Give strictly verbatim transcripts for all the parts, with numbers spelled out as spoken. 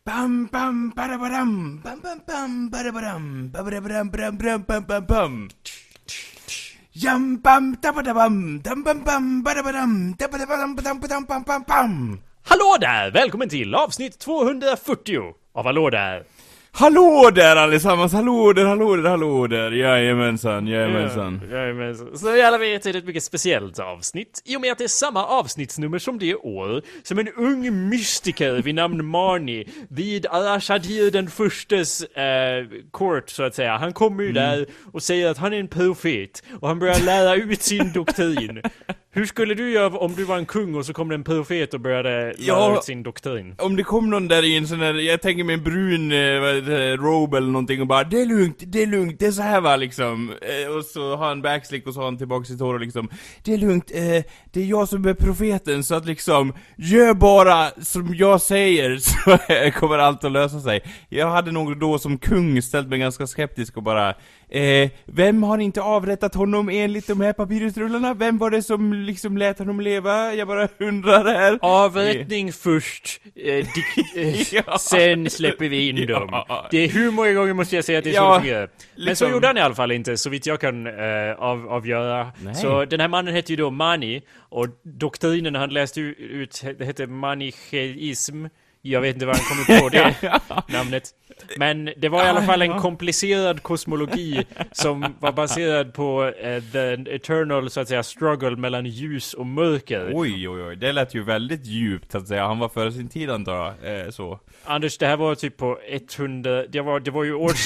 Bam bam badabadam bam bam bam badabadam badabadam bam bam bam bam bam. Jam bam dabadabam dam bam bam badabadam dabadabam bam bam bam bam bam. Hallå där! Välkommen till avsnitt tvåhundrafyrtio av Hallå där! Hallå där allesammans, hallå där, hallå där, hallå där, jajamensan, jajamensan. Ja, jajamensan. Så alla vet är det ett mycket speciellt avsnitt, i och med att det är samma avsnittsnummer som det år som en ung mystiker vid namn Marnie vid Al-Shadir den förstes eh, court, så att säga. Han kommer ju mm. där och säger att han är en profet och han börjar lära ut sin doktrin. Hur skulle du göra om du var en kung och så kom det en profet och började lära ja, ut sin doktrin? Om det kom någon där i en sån här, jag tänker med en brun eh, robe eller någonting och bara, det är lugnt, det är lugnt, det är så här va liksom. Eh, och så har han backslick och så har han tillbaka sitt hår och liksom, det är lugnt, eh, det är jag som är profeten, så att liksom, gör bara som jag säger så kommer allt att lösa sig. Jag hade nog då som kung ställt mig ganska skeptisk och bara, Eh, vem har inte avrättat honom enligt de här papyrusrullarna? Vem var det som liksom lät honom leva? Jag bara undrar här. Avrättning först, eh, dik- eh, ja. Sen släpper vi in dem. Ja. Det är hur många gånger måste jag säga att det är ja, så det fungerar. Men liksom... så gjorde han i alla fall inte, så vitt jag kan eh, av, avgöra. Nej. Så den här mannen hette ju då Mani, och doktrinen han läste ut, det hette manicheism. Jag vet inte vad han kom på det namnet. Men det var i alla fall en komplicerad kosmologi som var baserad på uh, the eternal, så att säga, struggle mellan ljus och mörker. Oj, oj, oj. Det lät ju väldigt djupt, så att säga. Han var före sin tid, antar jag. Eh, så. Anders, det här var typ på etthundra... Det var, det var ju år...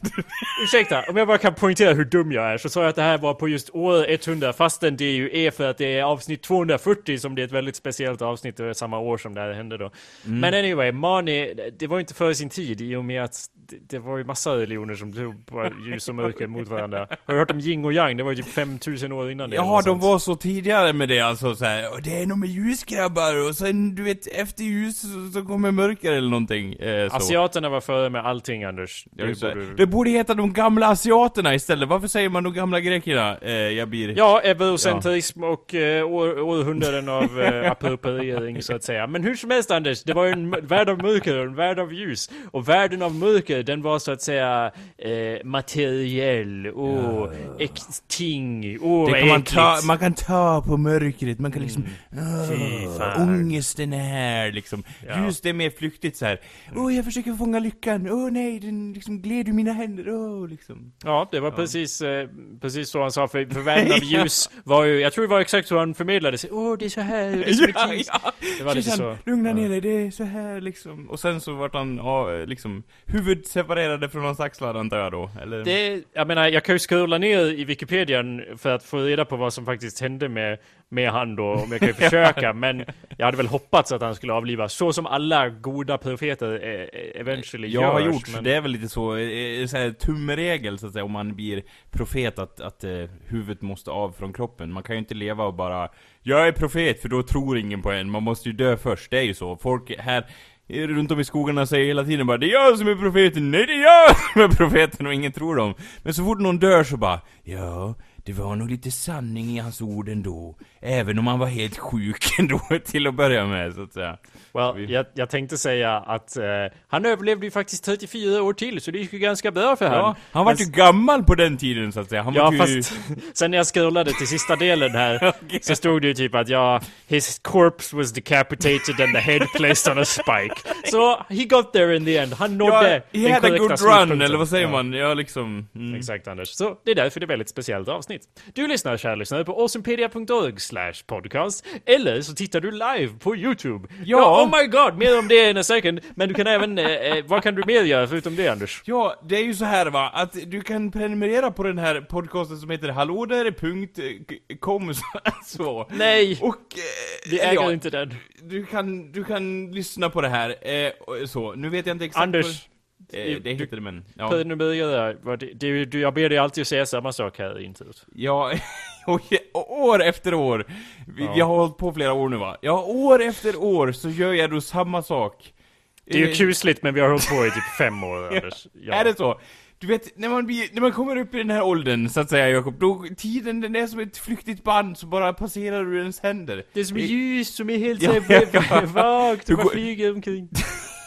Ursäkta, om jag bara kan poängtera hur dum jag är, så sa jag att det här var på just år hundra, fastän det ju är för att det är avsnitt tvåhundrafyrtio som det är ett väldigt speciellt avsnitt, det är samma år som det här hände då. Mm. Men anyway, Mani, det var inte före sin tid, i och med att det, det var ju massa religioner som tog på ljus och mörker mot varandra. Har du hört om yin och yang? Det var ju typ femtusen år innan det. Ja, de var så tidigare med det, alltså så här, och det är nog med ljusgrabbar, och sen, du vet, efter ljus så, så kommer mörker eller någonting. Eh, så. Asiaterna var före med allting, Anders. Det, det, borde... det borde heta de gamla asiaterna istället. Varför säger man de gamla grekerna? Eh, jag blir... Ja, eurocentrism ja. och eh, år, århundraden av eh, appropriering, så att säga. Men hur som helst, Anders, det var ju en värld av mörker och en värld av ljus. Och världen av mörker, den var så att säga eh, materiell och ja. ting och det kan man, ta, man kan ta på mörkret. Man kan liksom mm. oh, ångesten är här liksom. Ja. Ljus, det är mer flyktigt så här. Åh, oh, jag försöker fånga lyckan. Åh oh, nej, den liksom gled ur mina händer. Åh, oh, liksom. Ja, det var ja. precis eh, precis så han sa, för, för världen av ljus var ju, jag tror det var exakt så han förmedlade sig. Åh, oh, det är så här, det är så ja, ja. Det var lite så. Lugna ja. ner dig, det är så här liksom. Och sen så vart han ja, liksom huvud separerade från hans axlar, antar jag då, eller? Det, jag menar, jag kan ju scrolla ner i Wikipedian för att få reda på vad som faktiskt hände med, med han då, om jag kan ju försöka, men jag hade väl hoppats att han skulle avlivas, så som alla goda profeter eh, eventually jag görs. har gjort, men... det är väl lite så, eh, så här, tumregel så att säga, om man blir profet, att, att eh, huvudet måste av från kroppen. Man kan ju inte leva och bara, jag är profet, för då tror ingen på en. Man måste ju dö först, det är ju så. Folk här runt om i skogarna säger hela tiden bara, det är jag som är profeten, nej det är jag som är profeten, och ingen tror dem. Men så fort någon dör så bara, ja, det var nog lite sanning i hans ord ändå, även om han var helt sjuk ändå till att börja med, så att säga. Well, vi... jag, jag tänkte säga att uh, han överlevde ju faktiskt trettiofyra år till, så det gick ju ganska bra för ja, han. Han var men... ju gammal på den tiden, så att säga. Han ja, var ju... fast sen när jag scrollade till sista delen här okay. så stod det ju typ att ja, his corpse was decapitated and the head placed on a spike. Så he got there in the end. Han nådde ja, he had a good run, eller vad säger ja. man? Ja, liksom. Mm. Exakt, Anders. Så det är därför det är väldigt speciellt avsnitt. Du lyssnar, kära lyssnare, på awesomepedia punkt org slash podcast, eller så tittar du live på YouTube. Ja, ja oh my god, mer om det in a second. Men du kan även, eh, vad kan du mer göra förutom det, Anders? Ja, det är ju så här va, att du kan prenumerera på den här podcasten som heter hallådär punkt com så. Nej, och eh, vi äger ja, inte den. Du kan, du kan lyssna på det här, eh, så. Nu vet jag inte exakt. Anders, Eh, det heter det, men ja. Prenumerera, det, det, det, jag ber dig alltid att säga samma sak här i introt. Ja, och, och år efter år. Vi, ja. Jag har hållit på flera år nu va. Ja, år efter år så gör jag då samma sak. Det är ju kusligt, men vi har hållit på i typ fem år, Anders. Ja. Är det så? Du vet, när man, blir, när man kommer upp i den här åldern, så att säga, Jakob, då tiden, den är som ett flyktigt band som bara passerar ur ens händer. Det är som ljus som är helt ja, så ja, vagt och bara flyger omkring.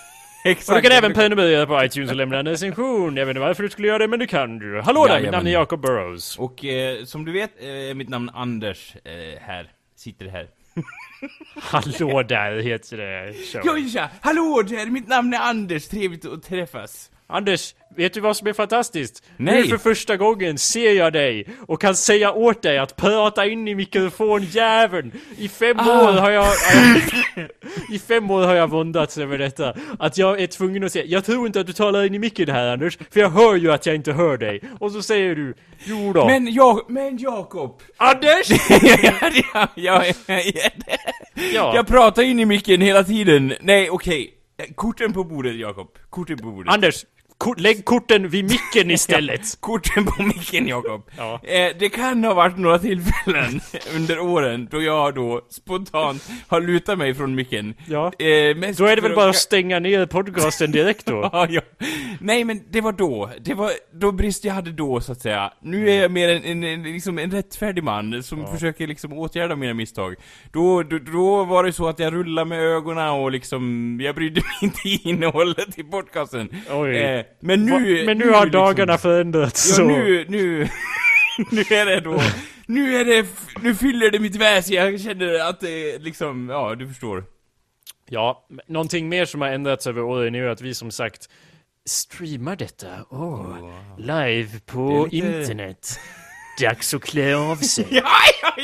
Exakt. Och du kan även prenumerera på iTunes och lämna en recension. Jag vet inte varför du skulle göra det, men du kan du. Hallå där, mitt namn är Jacob Burrows. Och eh, som du vet, eh, mitt namn är Anders eh, här. Sitter här. Hallå där, heter det. Ja, ja, hallå där, mitt namn är Anders. Trevligt att träffas. Anders, vet du vad som är fantastiskt? Nej. Nu för första gången ser jag dig och kan säga åt dig att prata in i mikrofonjäveln. I fem ah. år har jag, jag I fem år har jag våndats över detta. Att jag är tvungen att säga, jag tror inte att du talar in i micken här, Anders, för jag hör ju att jag inte hör dig. Och så säger du, jo då. Men jag, men Jakob. Anders! ja, ja, ja, ja, ja. Jag pratar in i micken hela tiden. Nej, okej. Okay. Korten på bordet, Jakob. Korten på bordet. Anders, kort, lägg korten vid micken istället. Ja, korten på micken, Jakob. Ja. Eh, det kan ha varit några tillfällen under åren då jag då spontant har lutat mig från micken. Ja. Eh, men då är det väl bara att stänga ner podcasten direkt då. ja, ja. Nej, men det var då. Det var då brist jag hade då, så att säga. Nu är jag mer en, en, en, liksom en rättfärdig man som ja. försöker liksom åtgärda mina misstag. Då, då, då var det så att jag rullade med ögonen och liksom, jag brydde mig inte i innehållet i podcasten. Oj. Eh, men nu, Va, men nu, nu har liksom, dagarna förändrats. Ja, så. nu, nu, nu är det då, nu är det, nu fyller det mitt väsen. Jag känner att det liksom, ja, du förstår. Ja, någonting mer som har ändrats över åren är att vi som sagt streamar detta, oh, oh. live på lite... internet. Dags att klä av sig. ja, ja,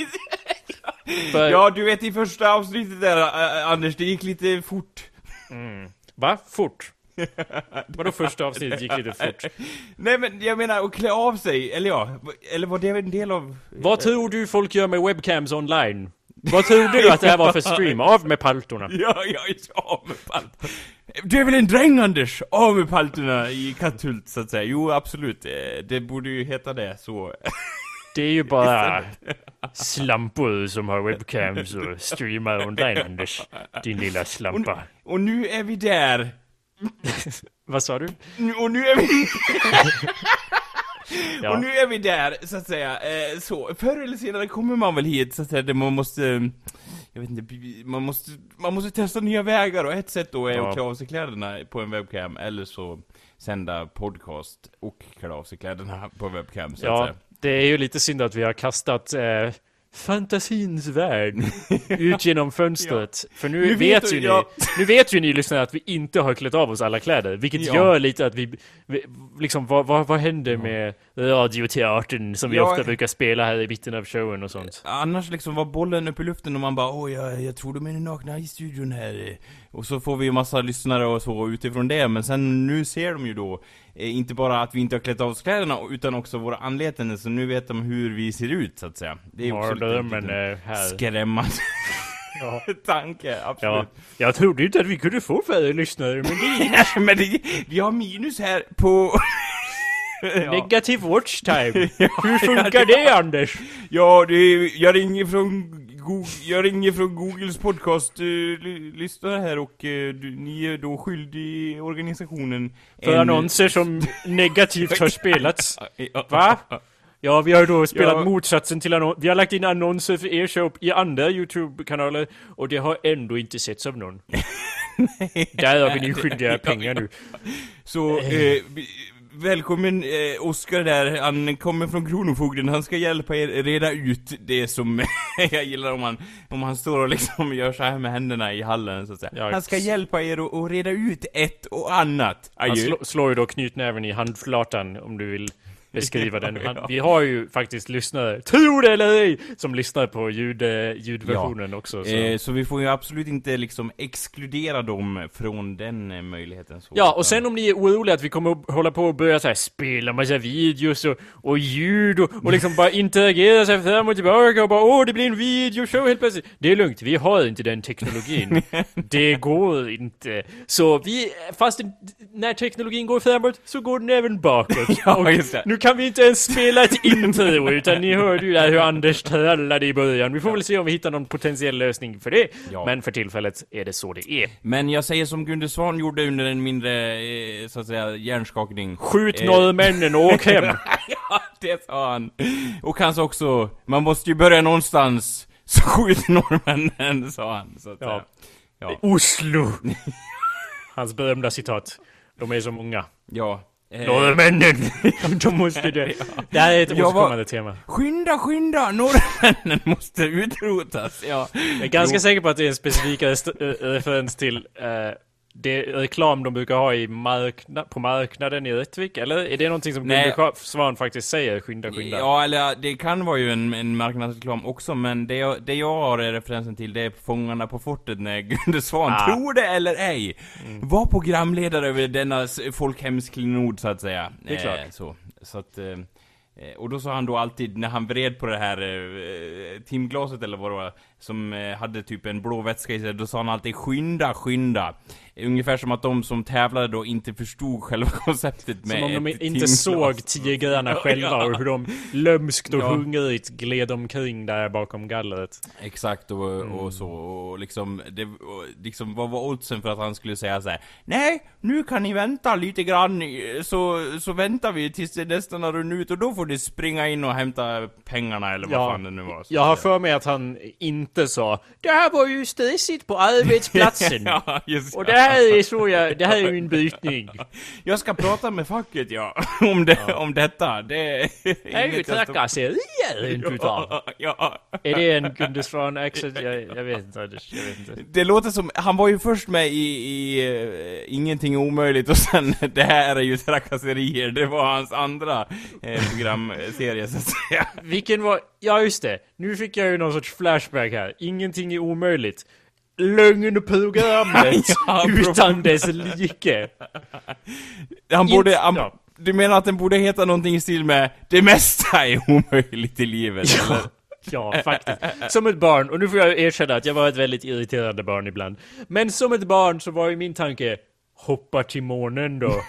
För... ja, du vet i första avsnittet där, äh, Anders, det gick lite fort. Mm. Va? Fort? Vadå första avsnittet gick lite fort? Nej, men jag menar att klä av sig, eller ja, eller var det en del av... Vad tror du folk gör med webcams online? Vad tror du att det här var för stream? Av med paltorna. Ja, ja, av med paltorna. Du är väl en dräng, Anders? Av med paltorna i Katthult, så att säga. Jo, absolut. Det borde ju heta det, så... Det är ju bara slampor som har webcams och streamar online, Anders. Din lilla slampa. Och, och nu är vi där. Vad sa du? Och nu är vi... ja. Och nu är vi där, så att säga. Eh, så, förr eller senare kommer man väl hit, så att säga, där man måste... Jag vet inte, man måste, man måste testa nya vägar, och ett sätt då är ja. att klä av sig kläderna på en webcam, eller så sända podcast och klä av sig kläderna på webcam, så ja, att säga. Det är ju lite synd att vi har kastat eh, fantasins värld ut genom fönstret. Ja. För nu, nu vet, vet ju ni, ja. nu vet ju ni lyssnare att vi inte har klätt av oss alla kläder, vilket ja. gör lite att vi, vi liksom, vad, vad, vad händer ja. med radioteatern som vi ja. ofta brukar spela här i mitten av showen och sånt? Annars liksom var bollen upp i luften och man bara, åh, jag, jag tror de är nakna i studion här. Och så får vi ju massa lyssnare och så utifrån det, men sen nu ser de ju då eh, inte bara att vi inte har klätt av oss kläderna, utan också våra anletanden, så nu vet de hur vi ser ut, så att säga. Det är ju också lite men, äh, skrämmande ja. tanke, absolut. Ja. Jag trodde inte att vi kunde få färre lyssnare, men det men det, vi har minus här på... ja. Negativ watch time. ja, hur funkar ja, det, det, Anders? Ja, det, jag ringer från... Jag ringer från Googles podcast uh, lyssnare här, och uh, du, ni är då skyldig organisationen för en... annonser som negativt har spelats. Va? Ja, vi har då spelat ja. motsatsen till annonser. Vi har lagt in annonser för er show i andra YouTube-kanaler, och det har ändå inte setts av någon. Nej, där har vi ni skyldiga pengar nu. Så eh, välkommen eh, Oskar där, han kommer från Kronofogden, han ska hjälpa er reda ut det som jag gillar om han, om han står och liksom gör så här med händerna i hallen, så att säga. Ja, han ska hjälpa er att, att reda ut ett och annat. Han slå, slår ju då knytnäven i handflatan om du vill beskriva den. Han, vi har ju faktiskt lyssnare, tror det eller ej, som lyssnar på ljud, ljudversionen ja. också. Så. Eh, så vi får ju absolut inte liksom exkludera dem från den eh, möjligheten. Så. Ja, och sen om ni är oroliga att vi kommer att hålla på och börja så här, spela massa videos och, och ljud och, och liksom bara interagera sig fram och tillbaka och bara, åh, det blir en videoshow helt plötsligt. Det är lugnt, vi har inte den teknologin. Det går inte. Så vi, fast när teknologin går framåt så går den även bakåt. ja, just det. Nu kan vi inte ens spela ett intro, utan ni hörde ju där hur Anders trallade i början. Vi får väl se om vi hittar någon potentiell lösning för det. Ja. Men för tillfället är det så det är. Men jag säger som Gunde Svan gjorde under en mindre, eh, så att säga, hjärnskakning. Skjut eh. norrmännen och åk hem. Ja, det sa han. Och han sa också, man måste ju börja någonstans. Så skjut norrmännen, sa han. Så att ja. Ja. Oslo. hans berömda citat. De är så många. Ja. Norrmännen! De måste det. Det här är ett återkommande tema. Skynda, skynda! Norrmännen måste utrotas. Ja. Jag är ganska jo. säker på att det är en specifik referens till uh, det reklam de brukar ha i markna- på marknaden i Rättvik. Eller är det någonting som Gunde Svan faktiskt säger? Skynda, skynda. Ja, eller det kan vara ju en, en marknadsreklam också. Men det jag, det jag har referensen till, det är Fångarna på fortet när Gunde Svan, ah. tror det eller ej, mm. var programledare över denna folkhemsklinod så att säga. Det är klart. Eh, så, så att... Eh, och då sa han då alltid, när han vred på det här eh, timglaset eller vad det var, som eh, hade typ en blå vätska i sig, då sa han alltid skynda, skynda. Ungefär som att de som tävlade då inte förstod själva konceptet med som om de ett inte såg tigrarna själva ja. och hur de lömskt och ja. hungrigt gled omkring där bakom gallret. Exakt, och, mm. och så, och liksom, det, och liksom vad var oddsen för att han skulle säga så här: nej, nu kan ni vänta lite grann, så, så väntar vi tills det nästan har runnit ut, och då får ni springa in och hämta pengarna eller vad ja. fan det nu var. Så jag har för mig att han inte sa, det här var ju stressigt på arbetsplatsen. ja, just, och det här är så jag, det här är min bytning. Jag ska prata med facket, ja, om, det, ja. om detta. Det är, det är ju trakasserier, ja, ja. Är det en Gunde Svan accent? Jag, jag, vet inte, jag vet inte. Det låter som, han var ju först med i, i uh, Ingenting omöjligt, och sen, det här är ju trakasserier. Det var hans andra eh, programserie, så att säga. Vilken var, ja just det. Nu fick jag ju någon sorts flashback här. Ingenting är omöjligt. Lögnprogrammet ja, utan dess like. Han borde, han, ja. Du menar att den borde heta någonting i stil med det mesta är omöjligt i livet, ja. eller? Ja, faktiskt. Som ett barn, och nu får jag erkänna att jag var ett väldigt irriterande barn ibland. Men som ett barn så var ju min tanke, hoppa till månen då,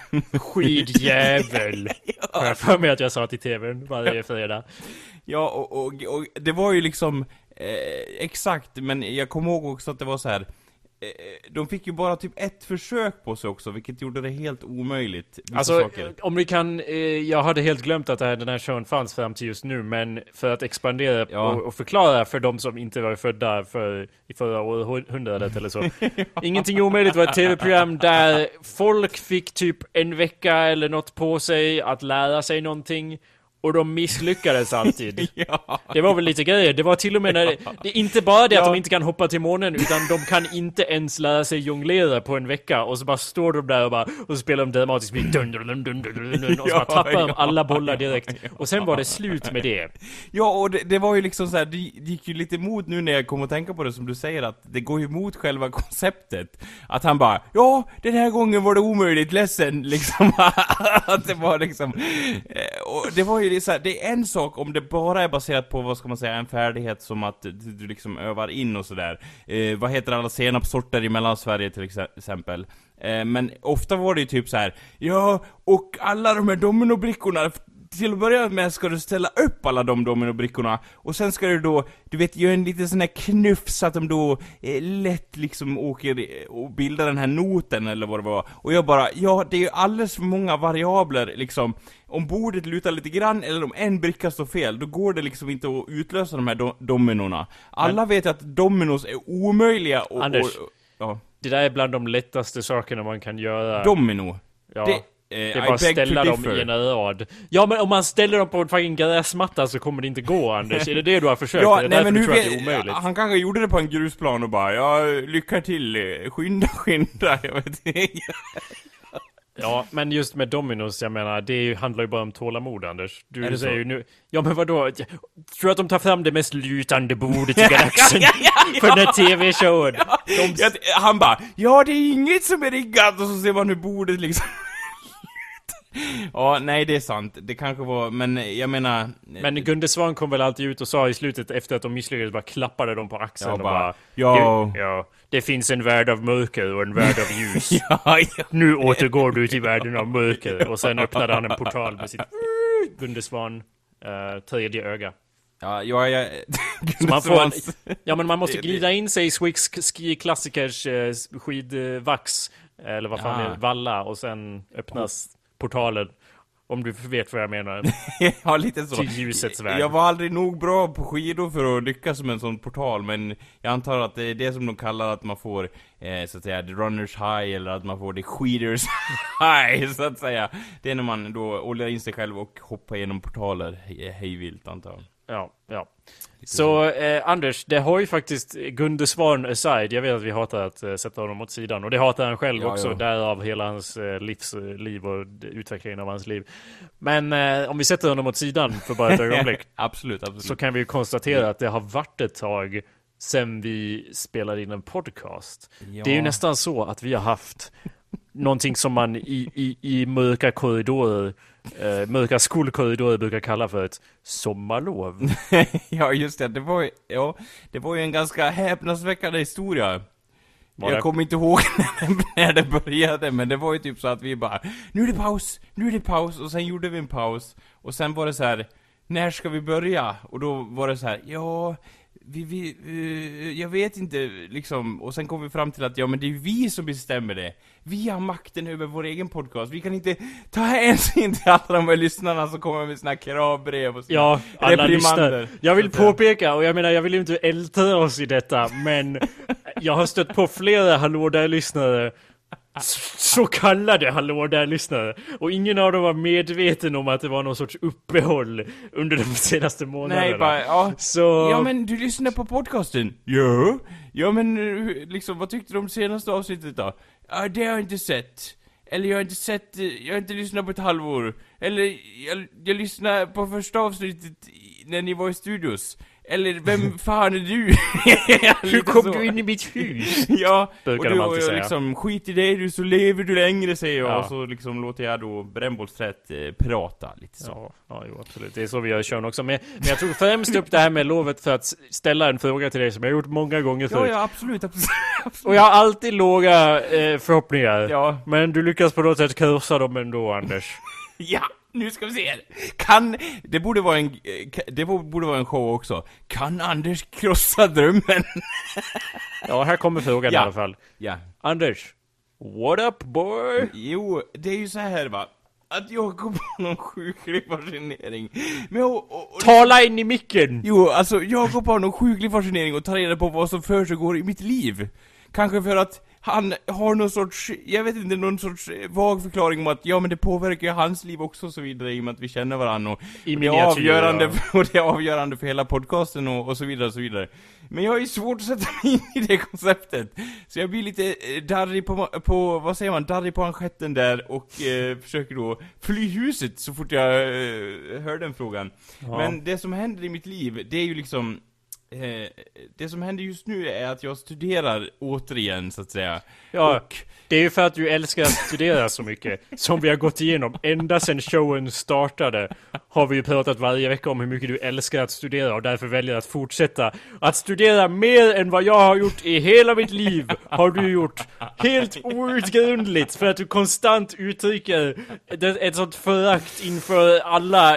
skidjävel. ja. Jag för mig att jag sa till tvn varje fredag. Ja, och, och, och det var ju liksom eh, exakt, men jag kommer ihåg också att det var så här. Eh, de fick ju bara typ ett försök på sig också, vilket gjorde det helt omöjligt. Alltså, saker. om vi kan, eh, jag hade helt glömt att det här, den här showen fanns fram till just nu, men för att expandera ja. och, och förklara för de som inte var födda för, i förra århundradet eller så. ja. Ingenting omöjligt var ett tv-program där folk fick typ en vecka eller något på sig att lära sig någonting. Och de misslyckades alltid. ja. Det var väl lite grejer. Det var till och med när det, det är inte bara det ja. att de inte kan hoppa till månen, utan de kan inte ens lära sig jonglera på en vecka. Och så bara står de där och bara och så spelar de dramatisk musik. Dun, dun, dun, dun, dun, dun, och så bara tappar de alla bollar direkt. Och sen var det slut med det. Ja, och det, det var ju liksom så här, det gick ju lite emot nu när jag kom att tänka på det, som du säger, att det går ju emot själva konceptet. Att han bara, ja, den här gången var det omöjligt, ledsen, liksom. Att det var liksom, och det var ju det är, så här, det är en sak om det bara är baserat på, vad ska man säga, en färdighet som att du, du liksom övar in och sådär. Eh, vad heter alla senapssorter i Mellansverige till exempel? Eh, men ofta var det ju typ så här: ja, och alla de här dominobrickorna, till att börja med ska du ställa upp alla de dominobrickorna, och sen ska du då, du vet, göra en liten sån här knuff så att de då eh, lätt liksom åker och bildar den här noten eller vad det var. Och jag bara, ja, det är ju alldeles för många variabler liksom. Om bordet lutar lite grann eller om en bricka står fel, då går det liksom inte att utlösa de här do- dominorna. Alla Men, vet att dominos är omöjliga och, Anders, och, och, ja. Det där är bland de lättaste sakerna man kan göra. Domino. Ja. Det, Det är bara att ställa dem i en rad. Ja, men om man ställer dem på en fucking gräsmatta så kommer det inte gå, Anders. Är det det du har försökt? Ja, är det nej, men du nu tror vet, att det är omöjligt? Han kanske gjorde det på en grusplan och bara, ja, lycka till, skynda, skynda. Jag vet inte. Ja, men just med dominos, jag menar, det är ju, handlar ju bara om tålamod, Anders. Du säger ju nu, ja men vadå? Tror du att de tar fram det mest lutande bordet i galaxen för den här tv-showen? Ja, de... ja, han bara, ja det är inget som är riggat, och så ser man hur bordet liksom... Ja, nej det är sant. Det kanske var, men jag menar... Men Gunde Svan kom väl alltid ut och sa i slutet, efter att de misslyckades, bara klappade dem på axeln och bara, bara ja. ja, det finns en värld av mörker och en värld av ljus. ja, ja. Nu återgår du till världen av mörker. Och sen öppnade han en portal med sitt Gunde Svan uh, tredje öga. Ja, ja, ja. man får, ja, men man måste glida in sig i Swix Ski Klassikers uh, skidvax, eller vad fan ja. är det, valla, och sen öppnas portalen. Om du vet vad jag menar. Ja, lite så. Till ljusets väg. Jag var aldrig nog bra på skidor för att lyckas med en sån portal, men jag antar att det är det som de kallar att man får eh, så att säga the runners high, eller att man får the skiders high, så att säga. Det är när man då oljar in sig själv och hoppar genom portaler hejvilt, antar jag. Ja, ja. Så eh, Anders, det har ju faktiskt Gunde Svan aside. Jag vet att vi hatar att eh, sätta honom åt sidan. Och det hatar han själv ja, också, ja. Därav hela hans eh, livsliv och utvecklingen av hans liv. Men eh, om vi sätter honom åt sidan för bara ett ögonblick. Absolut, absolut. Så kan vi ju konstatera att det har varit ett tag sen vi spelade in en podcast. Ja. Det är ju nästan så att vi har haft någonting som man i, i, i mörka korridorer Uh, mörka skolkorridorer brukar kalla för ett sommarlov. Ja, just det. Det var, ja, det var ju en ganska häpnadsväckande historia. Var jag kommer inte ihåg när det började, men det var ju typ så att vi bara, nu är det paus, nu är det paus, och sen gjorde vi en paus. Och sen var det så här, när ska vi börja? Och då var det så här, ja... Vi, vi, uh, jag vet inte liksom. Och sen kom vi fram till att ja, men det är vi som bestämmer det. Vi har makten över vår egen podcast. Vi kan inte ta hänsyn till alla de här lyssnarna som kommer med sina kravbrev och ja, alla lyssnar. Jag vill påpeka, och jag menar, jag vill inte älta oss i detta, men jag har stött på flera hallå där lyssnare, så kallade hallå där lyssnare, och ingen av dem var medveten om att det var någon sorts uppehåll under de senaste månaderna. Nej, bara, ja. Så... ja, men du lyssnar på podcasten. Ja. Ja, men liksom, vad tyckte du om senaste avsnittet då? Ja, det har jag inte sett. Eller jag har inte sett, jag har inte lyssnat på ett halvår. Eller jag, jag lyssnade på första avsnittet när ni var i studios. Eller vem fan är du? Hur kom så. Du in i mitt hus? Ja, och du och jag liksom, skit i dig, du så lever du längre, säger jag. Ja. Och så liksom låter jag då brännbollsträtt eh, prata lite så. Ja, ja jo, absolut. Det är så vi gör kön också. Men, men jag tog främst upp det här med lovet för att ställa en fråga till dig som jag har gjort många gånger förut. Ja, ja, absolut, absolut. Och jag har alltid låga eh, förhoppningar. Ja. Men du lyckas på något sätt kursa dem ändå, Anders. Ja. Nu ska vi se. Kan det borde vara en det borde vara en show också. Kan Anders krossa drömmen? Ja, här kommer frågan ja. i alla fall. Ja. Anders, what up boy? Jo, det är ju så här va. Att jag går på någon sjuklig fascinering. Men och, och, och, tala in i micken. Jo, alltså jag går på någon sjuklig fascinering och tar reda på vad som försiggår i mitt liv. Kanske för att han har någon sorts, jag vet inte, någon sorts vag förklaring om att ja, men det påverkar ju hans liv också och så vidare, i och med att vi känner varandra och, I och, det, är avgörande, och det är avgörande för hela podcasten och, och så vidare och så vidare. Men jag är ju svårt att sätta mig in i det konceptet. Så jag blir lite darrig på, på vad säger man, darrig på manschetten där och eh, försöker då fly huset så fort jag eh, hör den frågan. Ja. Men det som händer i mitt liv, det är ju liksom Eh, det som händer just nu är att jag studerar återigen, så att säga. Ja, och det är ju för att du älskar att studera så mycket. Som vi har gått igenom ända sedan showen startade har vi ju pratat varje vecka om hur mycket du älskar att studera, och därför väljer att fortsätta att studera mer än vad jag har gjort i hela mitt liv. Har du gjort helt outgrundligt, för att du konstant uttrycker ett sånt förakt inför alla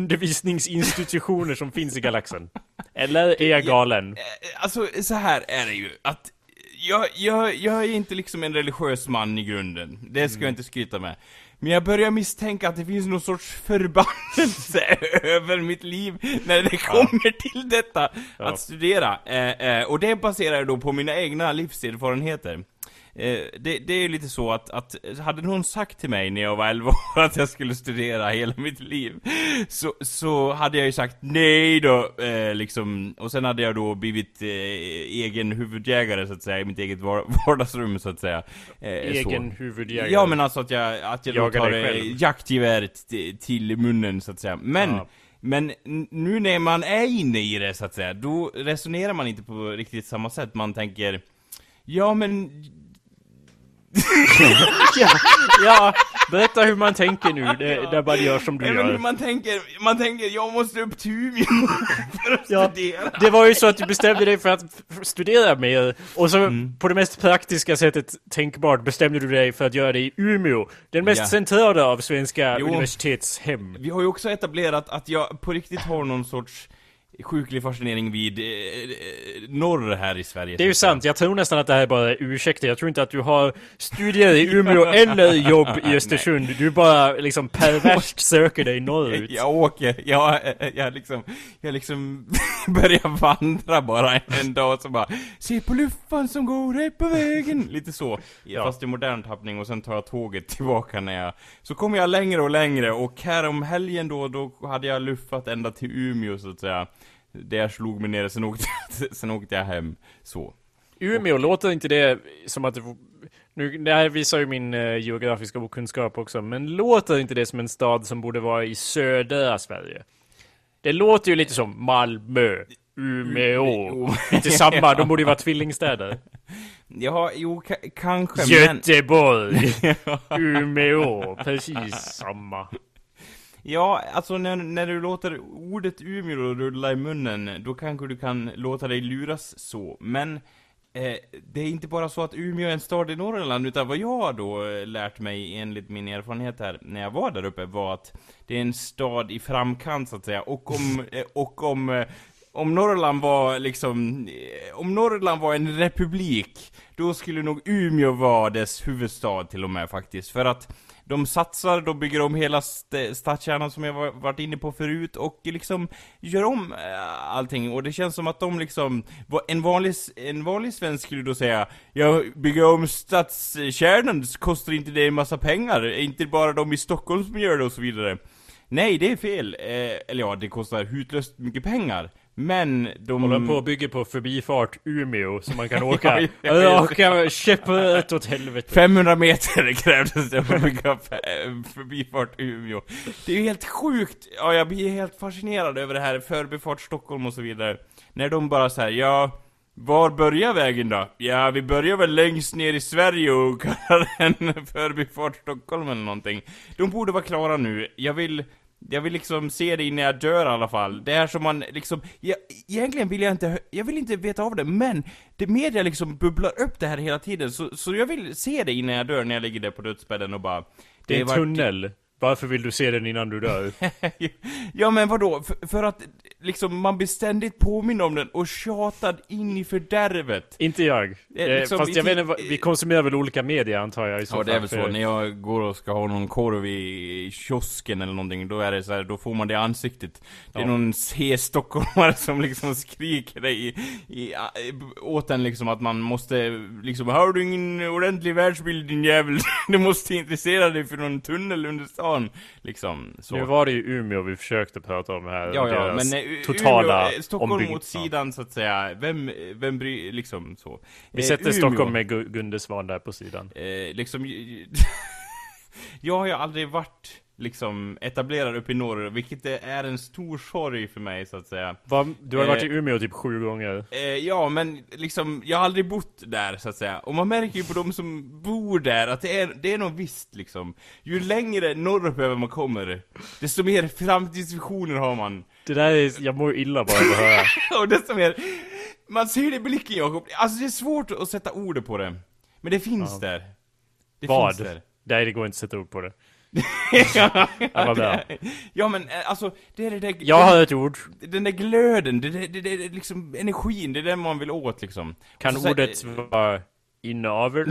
undervisningsinstitutioner som finns i galaxen. Eller är jag galen? Alltså, så här är det ju att jag, jag, jag är inte liksom en religiös man i grunden. Det ska mm. jag inte skryta med. Men jag börjar misstänka att det finns någon sorts förbannelse över mitt liv när det kommer ja. till detta ja. att studera. Eh, eh, och det baserar då på mina egna livserfarenheter. Eh, det, det är ju lite så att, att hade någon sagt till mig när jag var elva år att jag skulle studera hela mitt liv, så, så hade jag ju sagt nej då, eh, liksom. Och sen hade jag då blivit eh, egen huvudjägare, så att säga, i mitt eget vardagsrum, så att säga. eh, Egen så. huvudjägare? Ja, men alltså att jag, att jag då tar eh, jaktgeväret t- till munnen, så att säga. Men ja. Men nu när man är inne i det, så att säga, då resonerar man inte på riktigt samma sätt. Man tänker, ja men ja, ja, berätta hur man tänker nu. Det, det bara gör som du ja, gör. Men man tänker, man tänker, jag måste upp till Umeå för att ja, studera. Det var ju så att du bestämde dig för att studera mer. Och så mm. på det mest praktiska sättet tänkbart bestämde du dig för att göra det i Umeå. Den mest ja. centrala av svenska jo. universitetshem. Vi har ju också etablerat att jag på riktigt har någon sorts sjuklig fascinering vid eh, norr här i Sverige. Det är ju sant, jag tror nästan att det här bara är ursäkta. Jag tror inte att du har studier i Umeå eller jobb i Östersund. Du bara liksom perverst söker dig norrut. Jag åker, jag, jag liksom jag liksom börjar vandra bara en dag och så bara se på luffan som går här på vägen. Lite så, ja. Fast i modern tappning, och sen tar jag tåget tillbaka när jag så kommer jag längre och längre, och här om helgen då, då hade jag luffat ända till Umeå så att säga. Där slog mig ner, sen åkte, sen åkte jag hem. Så. Umeå, låter inte det som att... Nu, det här visar ju min uh, geografiska okunskap också. Men låter inte det som en stad som borde vara i södra Sverige? Det låter ju lite som Malmö, Umeå. Inte samma, de borde ju vara tvillingstäder. Ja, jo, k- kanske. Göteborg, men... Umeå, precis samma. Ja, alltså när, när du låter ordet Umeå rulla i munnen, då kanske du kan låta dig luras så. Men eh, det är inte bara så att Umeå är en stad i Norrland, utan vad jag då lärt mig enligt min erfarenhet här när jag var där uppe var att det är en stad i framkant så att säga. Och om, eh, och om, eh, om Norrland var liksom, eh, om Norrland var en republik, då skulle nog Umeå vara dess huvudstad till och med faktiskt. För att de satsar, de bygger om hela st- stadskärnan som jag var, varit inne på förut, och liksom gör om äh, allting. Och det känns som att de liksom, en vanlig, en vanlig svensk skulle då säga, jag bygger om stadskärnan, så kostar inte det en massa pengar, är inte bara de i Stockholm som gör det och så vidare. Nej, det är fel. Eh, eller ja, det kostar hutlöst mycket pengar. Men de... Håller på att bygga på förbifart Umeå så man kan åka åka käpprätt åt helvete. femhundra meter krävdes det för att bygga förbifart Umeå. Det är ju helt sjukt. Ja, jag blir helt fascinerad över det här förbifart Stockholm och så vidare. När de bara säger, ja, var börjar vägen då? Ja, vi börjar väl längst ner i Sverige och kallar den förbifart Stockholm eller någonting. De borde vara klara nu. Jag vill... Jag vill liksom se det innan jag dör i alla fall. Det är som man liksom... Jag, egentligen vill jag inte... Jag vill inte veta av det, men det media liksom bubblar upp det här hela tiden. Så, så jag vill se det innan jag dör när jag ligger där på dödsbädden och bara... Det är en tunnel. Varför vill du se den innan du dör? Ja, men vadå? För, för att liksom man blir ständigt påminn om den och tjatad in i fördärvet. Inte jag. Eh, liksom, fast jag vet inte, vi konsumerar väl olika medier antar jag i så ja, fall. det är väl så. När jag går och ska ha någon korv i kiosken eller någonting, då är det så här, då får man det i ansiktet. Det är ja. Någon C-stockholmare som liksom skriker dig i, i, i, åt en liksom att man måste liksom, har du ingen ordentlig världsbild din jävel? Du måste intressera dig för någon tunnel under stan. Liksom, så. Nu var det ju Umeå vi försökte prata om här. Ja, ja, men uh, totala Umeå, Stockholm ombygg- mot sidan så att säga. Vem, vem bryr, liksom så. Vi eh, sätter Umeå. Stockholm med Gu- Gundesvan där på sidan. Eh, liksom, jag har ju aldrig varit liksom etablerad upp i norr, vilket är en stor sorg för mig så att säga. Va? Du har eh, varit i Umeå typ sju gånger. Eh, ja, men liksom jag har aldrig bott där så att säga. Och man märker ju på de som bor där att det är, det är något visst liksom. Ju längre norrut över man kommer, desto mer framtidsvisioner har man. Det där är, jag mår illa bara att höra. Och desto mer, man ser det i blicken, Jakob. Alltså det är svårt att sätta ord på det. Men det finns ja. där. Det Vad? Finns där. Nej, det går inte att sätta ord på det. ja, det, ja, men alltså det är det där, jag har ett ord. Den där glöden, det, det, det, det liksom energin, det är det man vill åt liksom. Kan så, ordet så, vara inavel?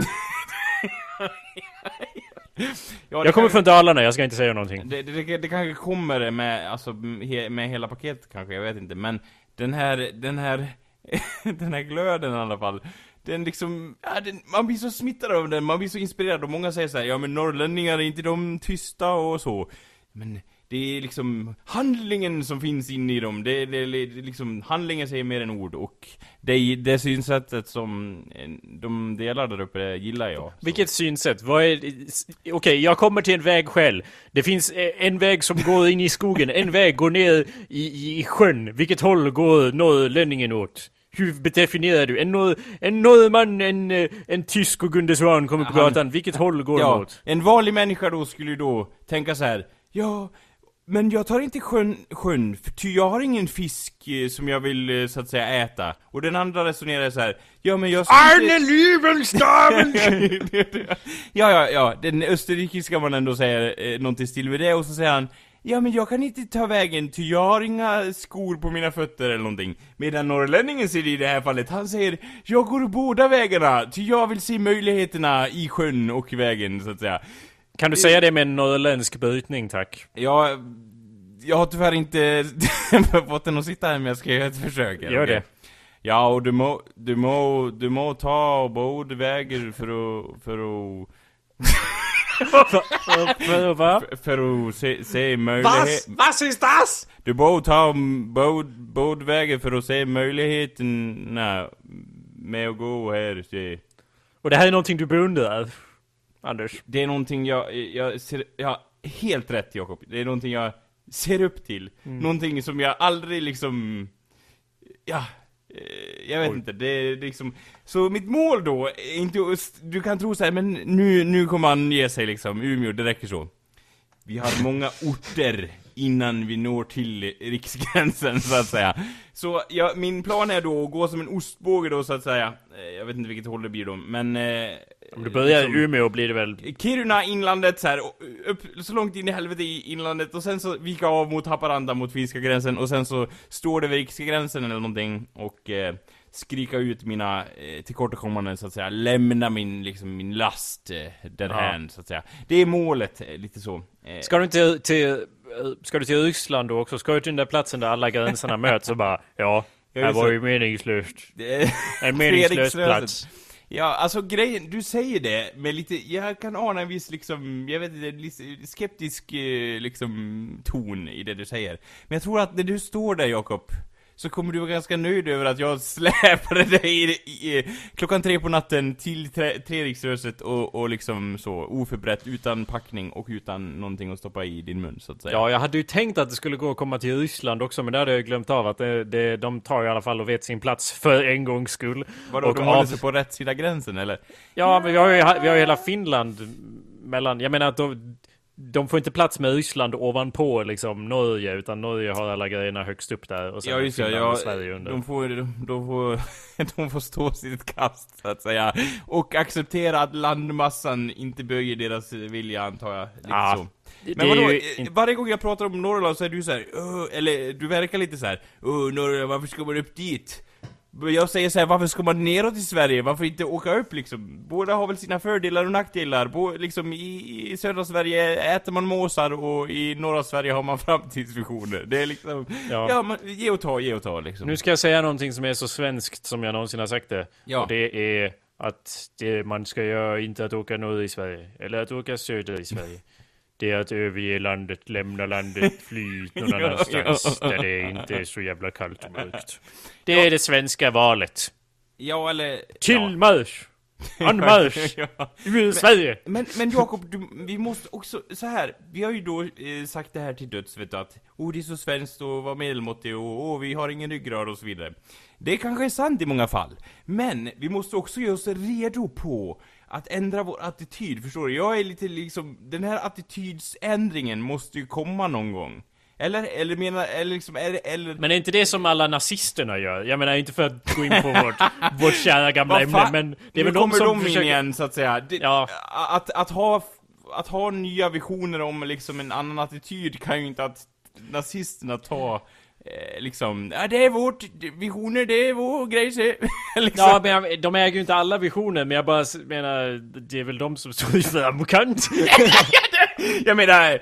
ja, jag kommer kan, från Dalarna, jag ska inte säga någonting. Det, det, det, det kanske kommer med alltså he, med hela paketet kanske, jag vet inte, men den här den här den här glöden i alla fall. Den liksom, ja, den, man blir så smittad av den, man blir så inspirerad och många säger så här, ja men norrlänningar är inte de tysta och så. Men det är liksom handlingen som finns inne i dem. Det, det, det liksom, handlingen säger mer än ord. Och det, det synsättet som de delar där uppe gillar jag. Så. Vilket synsätt? Vad är, okej, okay, jag kommer till en väg själv. Det finns en väg som går in i skogen. En väg går ner i, i sjön. Vilket håll går norrlänningen åt? Hur definierar du? En, norr, en norrman, en, en tysk och Gundesvan kommer på gatan. Vilket håll går ja, de åt? En vanlig människa då skulle ju då tänka så här. Ja, men jag tar inte sjön, sjön ty jag har ingen fisk som jag vill så att säga äta. Och den andra resonerar så här. Ja, men jag Arne inte... Lyvenstaven! ja, ja, ja. Den österrikiska man ändå säger eh, någonting stil med det. Och så säger han. ja men jag kan inte ta vägen till jag har inga skor på mina fötter eller någonting. Medan norrlänningen säger i det här fallet, han säger, jag går båda vägarna, till jag vill se möjligheterna i sjön och i vägen, så att säga. Kan du säga det med en norrländsk brytning, tack? Ja, jag har tyvärr inte fått den att sitta här, men jag ska göra ett försök. Gör okay. det. Ja, och du må, du må, du må ta båda vägar för att, för att... för att vad? För, för att se, se möjlighet... Vad är das? Du borde ta båda vägar för att se möjligheterna med att gå här. Se. Och det här är någonting du beundrar, Anders? Det är någonting jag, jag ser... Ja, helt rätt, Jakob. Det är någonting jag ser upp till. Mm. Någonting som jag aldrig liksom... Ja... Jag vet Oj. inte, det är liksom... Så mitt mål då är inte... Du kan tro så här, men nu, nu kommer man ge sig liksom. Umeå, det räcker så. Vi har många orter innan vi når till riksgränsen, så att säga. Så ja, min plan är då att gå som en ostbåge då, så att säga. Jag vet inte vilket håll det blir då, men... Om du börjar liksom, Umeå blir det väl... Kiruna, inlandet så här, upp så långt in i helvete i inlandet. Och sen så vika av mot Haparanda, mot finska gränsen. Och sen så står det vid riksgränsen eller någonting. Och eh, skrika ut mina eh, tillkortakommanden, så att säga. Lämna min, liksom, min last eh, därhän, ja. Så att säga. Det är målet, eh, lite så. Eh. Ska du inte till... Ska du till Ryssland då också? Ska du till den där platsen där alla gränserna möts och bara... Ja, här var ju meningslöst. En meningslös plats. Ja, alltså grejen, du säger det med lite, jag kan ana en viss liksom, jag vet inte, lite skeptisk liksom ton i det du säger. Men jag tror att när du står där, Jakob, så kommer du vara ganska nöjd över att jag släpade dig i, i, i, klockan tre på natten till tre, Treriksröset och, och liksom så oförberett, utan packning och utan någonting att stoppa i din mun, så att säga. Ja, jag hade ju tänkt att det skulle gå att komma till Ryssland också, men där hade jag glömt av att det, det, de tar i alla fall och vet sin plats för en gångs skull. Vadå, och de håller sig på rätt sida gränsen, eller? Ja, men vi har ju, vi har ju hela Finland mellan, jag menar att de... De får inte plats med Ryssland ovanpå liksom Norge, utan Norge har alla grejerna högst upp där och sen ja, just Finland ja, och Sverige under. De får, de, de, får, de får stå sitt kast, så att säga, och acceptera att landmassan inte böjer deras vilja, antar jag. Lite ja, så. Men vadå, in... varje gång jag pratar om Norrland så är du så här, eller du verkar lite så här, åh Norrland, varför ska man upp dit? Jag säger så här, varför ska man neråt i Sverige? Varför inte åka upp liksom? Båda har väl sina fördelar och nackdelar. Bå, liksom i, i södra Sverige äter man måsar och i norra Sverige har man framtidsvisioner. Det är liksom, ja, ja man, ge och ta, ge och ta liksom. Nu ska jag säga någonting som är så svenskt som jag någonsin har sagt det. Ja. Och det är att det man ska göra inte att åka norr i Sverige, eller att åka söder i Sverige. Det är att överge landet, lämna landet, fly någon annanstans där det inte är så jävla kallt och mörkt. Det är ja. det svenska valet. Ja, eller... Till ja. marsch! Anmarsch! ja. I Sverige! Men, men Jakob, du, vi måste också... Så här, vi har ju då eh, sagt det här till döds, vet du, att oh, det är så svenskt och var medelmåttig och oh, vi har ingen ryggrad och så vidare. Det kanske är sant i många fall. Men vi måste också göra oss redo på att ändra vår attityd, förstår du? Jag är lite liksom, den här attitydsändringen måste ju komma någon gång. Eller, eller menar, eller liksom, eller, eller... Men är inte det som alla nazisterna gör? Jag menar inte för att gå in på vårt, vårt kära gamla ämne, men det är väl de som de försöker... in igen, så att säga. Det, ja. att, att, ha, att ha nya visioner om liksom en annan attityd kan ju inte att nazisterna ta... Eh, liksom, ja, det är vårt visioner, det är vår grej se. liksom. Ja, men de äger ju inte alla visioner, men jag bara menar, det är väl de som står för amerikant. Jag menar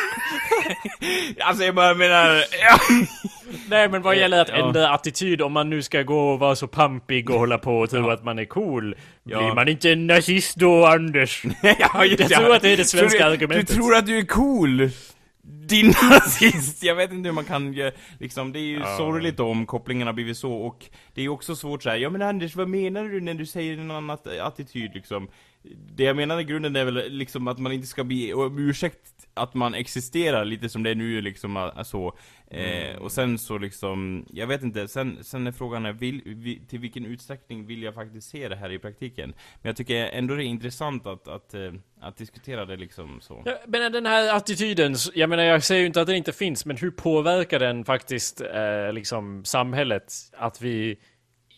alltså jag bara menar ja. Nej, men vad gäller att ändra ja. attityd, om man nu ska gå och vara så pampig och hålla på och tro ja. att man är cool, ja. blir man inte en nazist då, Anders? ja, just, jag tror ja. att det är det svenska du, argumentet. Du tror att du är cool? Din nazist, jag vet inte hur man kan liksom, det är ju ja. sorgligt om kopplingen har blivit så, och det är också svårt så här. Ja, men Anders, vad menar du när du säger en annan attityd liksom? Det jag menar i grunden är väl liksom att man inte ska bli och ursäkt att man existerar lite som det är nu liksom, så mm. eh, och sen så liksom, jag vet inte, sen, sen är frågan är, vill, vi, till vilken utsträckning vill jag faktiskt se det här i praktiken? Men jag tycker ändå det är intressant att, att, att, att diskutera det liksom så. Ja, men den här attityden, jag menar, jag säger ju inte att den inte finns, men hur påverkar den faktiskt eh, liksom samhället, att vi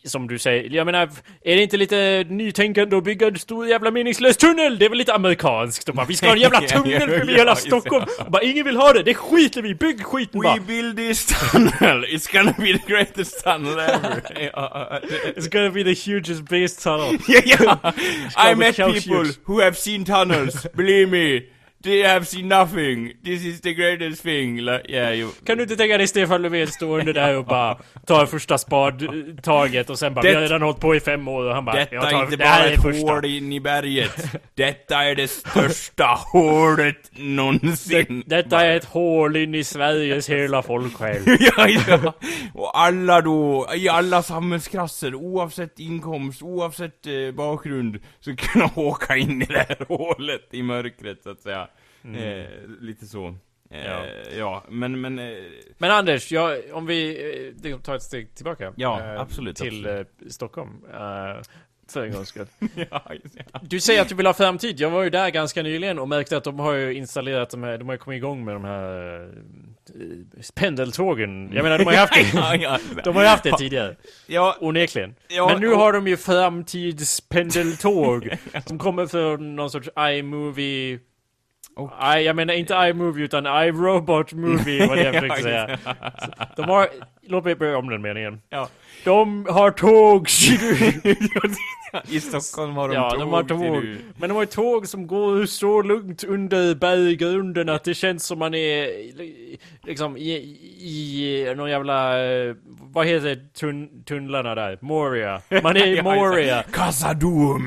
som du säger, jag menar, är det inte lite nytänkande att bygga en stor jävla meningslös tunnel? Det är väl lite amerikanskt. De bara, vi ska ha en jävla tunnel förbi ja, hela Stockholm. Och bara, ingen vill ha det, det skiter vi, bygg skiten We bara. build this tunnel, it's gonna be the greatest tunnel ever. It's gonna be the hugest base tunnel. Yeah, yeah. I met people who have seen tunnels, believe me. They have seen nothing. This is the greatest thing. Like, yeah, you... Kan du inte tänka dig Stefan Löfven stå under där och bara ta första spadtaget och sen bara, det... vi har redan hållit på i fem år och han bara, detta jag tar, är inte det bara är ett första. hål in i berget. Detta är det största hålet någonsin. Det, detta är ett hål in i Sveriges hela folksjäl. Ja, ja. Och alla då, i alla samhällsklasser, oavsett inkomst, oavsett eh, bakgrund, så kunna åka in i det här hålet i mörkret, så att säga. Mm. Eh, lite så. Eh, ja. ja, men... Men, eh, men Anders, jag, om vi eh, tar ett steg tillbaka. Ja, eh, absolut. Till absolut. Eh, Stockholm. Eh, för en gångs skull. ja, ja. Du säger att du vill ha framtid. Jag var ju där ganska nyligen och märkte att de har ju installerat de här, de har ju kommit igång med de här eh, pendeltågen. Jag menar, de har ju haft det. ja, ja. De har ju haft det tidigare. Ja. Onekligen. Ja, men nu och... har de ju framtidspendeltåg som kommer för någon sorts iMovie. Okay. I, jag menar inte iMovie utan iRobot Movie, vad det jag försöker säga. Så, de har, låt mig börja om den meningen. Ja. De har tåg. I Stockholm har de ja, tåg. De har tåg. Men de har tåg som går så lugnt under berggrunden att det känns som man är liksom i, i någon jävla, vad heter tun, tunnlarna där? Moria. Man är i Moria. Khazad-dûm.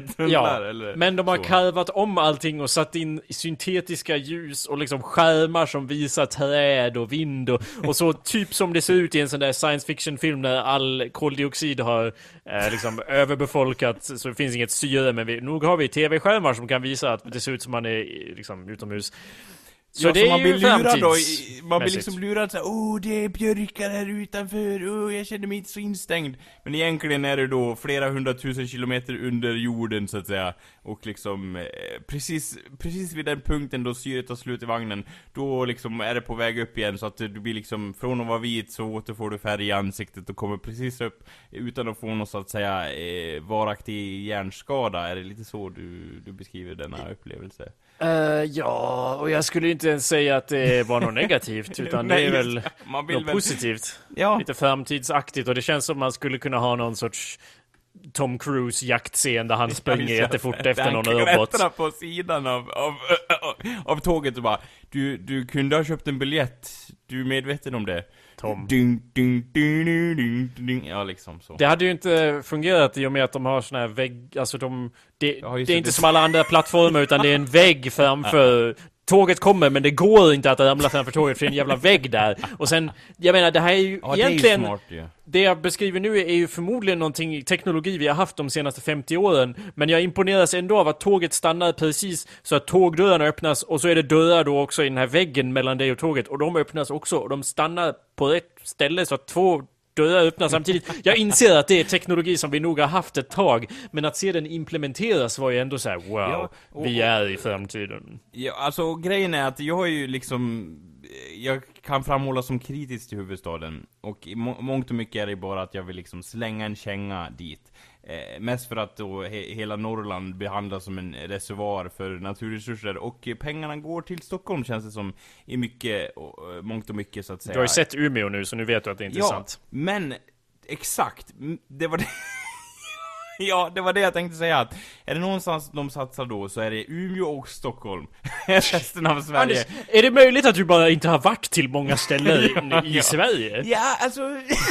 Ja, eller men de har så. Karvat om allting och satt in syntetiska ljus och liksom skärmar som visar träd och vind och, och så typ som det ser ut i en sån där science fiction film där all koldioxid har eh, liksom överbefolkat så det finns inget syre, men vi, nog har vi tv-skärmar som kan visa att det ser ut som man är liksom utomhus. Så ja, det så är man blir lurad då, man blir liksom lurad såhär, oh det är björkar här utanför, oh jag känner mig inte så instängd. Men egentligen är det då flera hundratusen kilometer under jorden så att säga. Och liksom eh, precis, precis vid den punkten då syret tar slut i vagnen, då liksom är det på väg upp igen. Så att du blir liksom, från att vara vit så återfår du färg i ansiktet och kommer precis upp utan att få någon så att säga eh, varaktig hjärnskada. Är det lite så du, du beskriver denna upplevelse? Uh, ja, och jag skulle inte ens säga att det var något negativt utan Nej, det är väl man vill något väl... positivt. Ja. Lite framtidsaktigt och det känns som man skulle kunna ha någon sorts Tom Cruise jaktscen där han springer jättefort efter någon robot. Han på sidan av, av, av, av tåget och bara, du, du kunde ha köpt en biljett, du är medveten om det. Tom. Ding, ding, ding, ding, ding, ding. Ja, liksom så. Det hade ju inte fungerat i och med att de har såna här vägg, alltså de, det, det är inte det. Som alla andra plattformar utan det är en vägg framför. Tåget kommer men det går inte att ramla framför tåget för det är en jävla vägg där. Och sen, jag menar det här är ju ja, egentligen det, är smart, ja. Det jag beskriver nu är ju förmodligen någonting teknologi vi har haft de senaste femtio åren. Men jag imponeras ändå av att tåget stannar precis så att tågdörrarna öppnas och så är det dörrar då också i den här väggen mellan dig och tåget och de öppnas också och de stannar på rätt ställe så att två dörrar öppnas samtidigt. Jag inser att det är teknologi som vi nog har haft ett tag, men att se den implementeras var ju ändå så här: wow, ja, och, vi är i framtiden. Ja, alltså grejen är att jag är ju liksom, jag kan framhålla som kritisk till huvudstaden och i må- mångt och mycket är det bara att jag vill liksom slänga en känga dit. Eh, mest för att då he- hela Norrland behandlas som en reservoar för naturresurser och pengarna går till Stockholm känns det som i mycket, och, mångt och mycket så att säga. Du har ju sett Umeå nu så nu vet du att det är intressant. Ja, men exakt, det var det. Ja, det var det jag tänkte säga, att är det någonstans de satsar då så är det Umeå och Stockholm. Resten av Sverige. Anders, är det möjligt att du bara inte har varit till många ställen ja, i ja. Sverige? Ja, alltså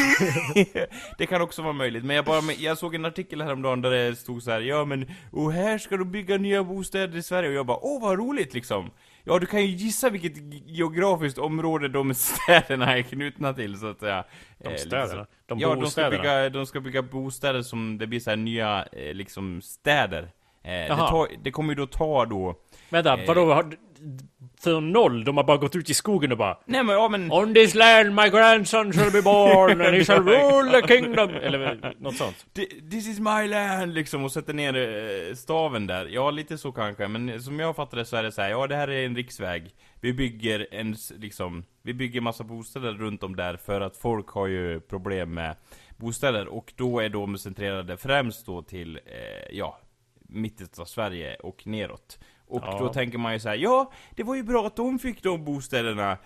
det kan också vara möjligt. Men jag, bara, jag såg en artikel häromdagen där det stod så här: ja men, och här ska du bygga nya bostäder i Sverige. Och jag bara, åh vad roligt liksom. Ja, du kan ju gissa vilket geografiskt område de städerna är knutna till så att säga. De städerna? De ja, de ska, bygga, de ska bygga bostäder som det blir så här nya eh, liksom städer. Eh, det, tar, det kommer ju då ta då... Vänta, eh, vadå? Har, för noll, de har bara gått ut i skogen och bara... Nej men, ja men... On this land my grandson shall be born and he shall rule the kingdom. Eller något sånt. This is my land liksom, och sätter ner eh, staven där. Ja, lite så kanske. Men som jag fattar det så är det så här: ja det här är en riksväg. Vi bygger en liksom... Vi bygger massa bostäder runt om där för att folk har ju problem med, bostäder. Och då är de centrerade främst då till, eh, ja, mitten av Sverige och neråt. Och ja. Då tänker man ju så här, ja, det var ju bra att de fick de bostäderna.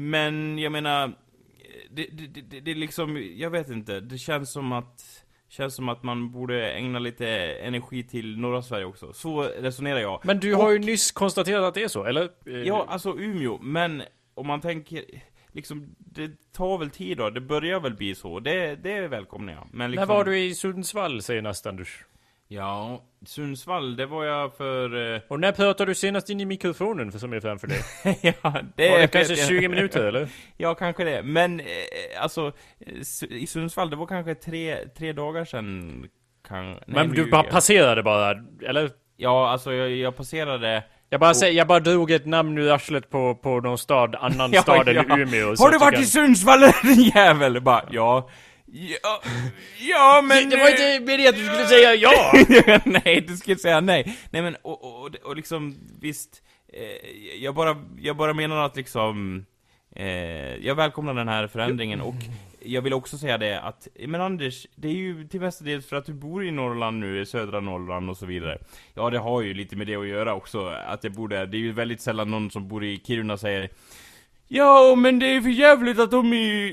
Men jag menar, det, det, det, det är liksom, jag vet inte, det känns som att känns som att man borde ägna lite energi till norra Sverige också. Så resonerar jag. Men du har och, ju nyss konstaterat att det är så, eller? Ja, alltså Umeå, men om man tänker liksom, det tar väl tid då, det börjar väl bli så. Det, det är välkomna jag. Men liksom, när var du i Sundsvall senast, Anders? Ja, Sundsvall, det var jag för... Uh... Och när pratade du senast in i mikrofonen för som är framför dig? ja, det var det kanske tjugo minuter, eller? Ja, kanske det. Men, eh, alltså, i Sundsvall, det var kanske tre, tre dagar sedan. Kan... Nej, men du bara jag... passerade bara, eller? Ja, alltså, jag, jag passerade... Jag bara, och... säger, jag bara drog ett namn ur arslet på, på någon stad, annan ja, stad ja. än Umeå. Har du varit kan... i Sundsvall, din jävel? Bara, ja... Ja, ja men... Det var inte meningen att du skulle säga ja! Nej, du skulle säga nej. Nej men, och, och, och liksom, visst, eh, jag, bara, jag bara menar att liksom, eh, jag välkomnar den här förändringen. Och jag vill också säga det att, men Anders, det är ju till mestadels för att du bor i Norrland nu, i södra Norrland och så vidare. Ja, det har ju lite med det att göra också, att jag bor där. Det är ju väldigt sällan någon som bor i Kiruna säger, ja, men det är för jävligt att de i...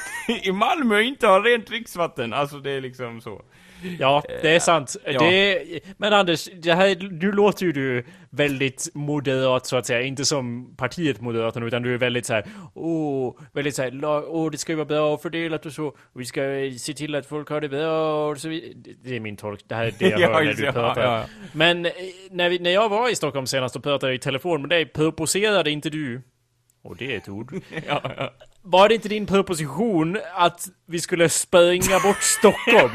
i Malmö inte har rent dricksvatten. Alltså det är liksom så. Ja, det är sant. Ja. Det är, men Anders, det här, nu låter ju du väldigt moderat så att säga. Inte som partiet Moderaterna, utan du är väldigt så här, åh, väldigt så här, åh, det ska ju vara bra fördelat och så. Och vi ska se till att folk har det bra och så vidare. Det är min tolk. Det här är det jag hör när du pratar. Ja, ja. Men när, vi, när jag var i Stockholm senast och pratade i telefon med dig, proposerade inte du, och det är ett ord. ja, ja. Var det inte din proposition att vi skulle springa bort Stockholm?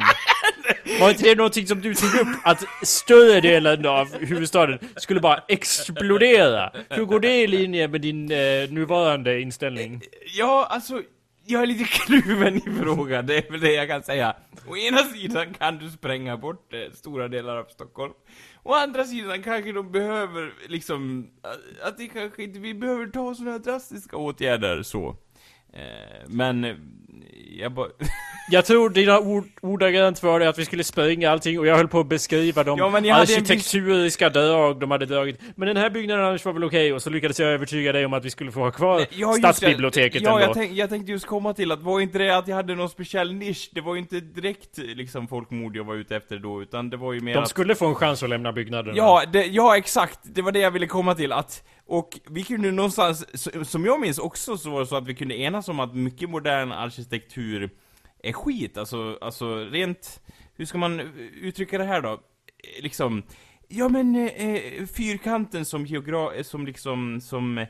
Var inte det någonting som du tog upp? Att större delen av huvudstaden skulle bara explodera? Hur går det i linje med din eh, nuvarande inställning? Ja, alltså, jag är lite kluven i frågan. Det är väl det jag kan säga. Å ena sidan kan du spränga bort eh, stora delar av Stockholm. Å andra sidan kanske de behöver liksom, att det kanske inte, vi behöver ta sådana drastiska åtgärder så. Eh, men jag bara... jag tror dina ord, ordagrant var det att vi skulle springa allting, och jag höll på att beskriva de ja, arkitekturiska viss... drag de hade dragit. Men den här byggnaden annars var väl okej, okay, och så lyckades jag övertyga dig om att vi skulle få ha kvar ja, stadsbiblioteket ja, ändå. Jag, tänk, jag tänkte just komma till att var inte det att jag hade någon speciell nisch. Det var ju inte direkt liksom folkmord jag var ute efter då, utan det var ju mer de att... skulle få en chans att lämna byggnaden. Ja, det, ja, exakt. Det var det jag ville komma till, att och vi kunde någonstans, som jag minns också, så var det så att vi kunde enas om att mycket modern arkitektur är skit. Alltså, alltså rent, hur ska man uttrycka det här då? Liksom, ja men eh, fyrkanten som geogra- som liksom, som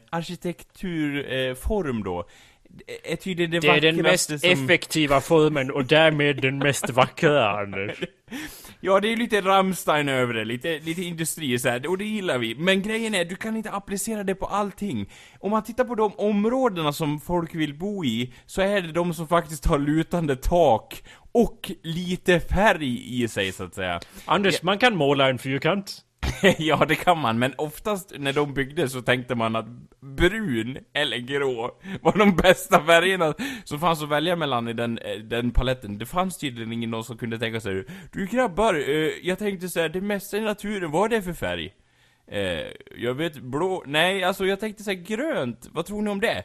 arkitekturform eh, då, är tydligen det, det är den mest som... effektiva formen och därmed den mest vackra, Anders. Ja, det är lite Rammstein över det, lite, lite industri så här, och det gillar vi. Men grejen är, du kan inte applicera det på allting. Om man tittar på de områdena som folk vill bo i, så är det de som faktiskt har lutande tak och lite färg i sig, så att säga. Anders, ja. Man kan måla en fyrkant. Ja, det kan man, men oftast när de byggde så tänkte man att brun eller grå var de bästa färgerna som fanns att välja mellan i den, den paletten. Det fanns tydligen ingen någon som kunde tänka sig, du grabbar, eh, jag tänkte så här, det mesta i naturen, vad är det för färg? Eh, jag vet, blå, nej, alltså jag tänkte säga grönt, vad tror ni om det?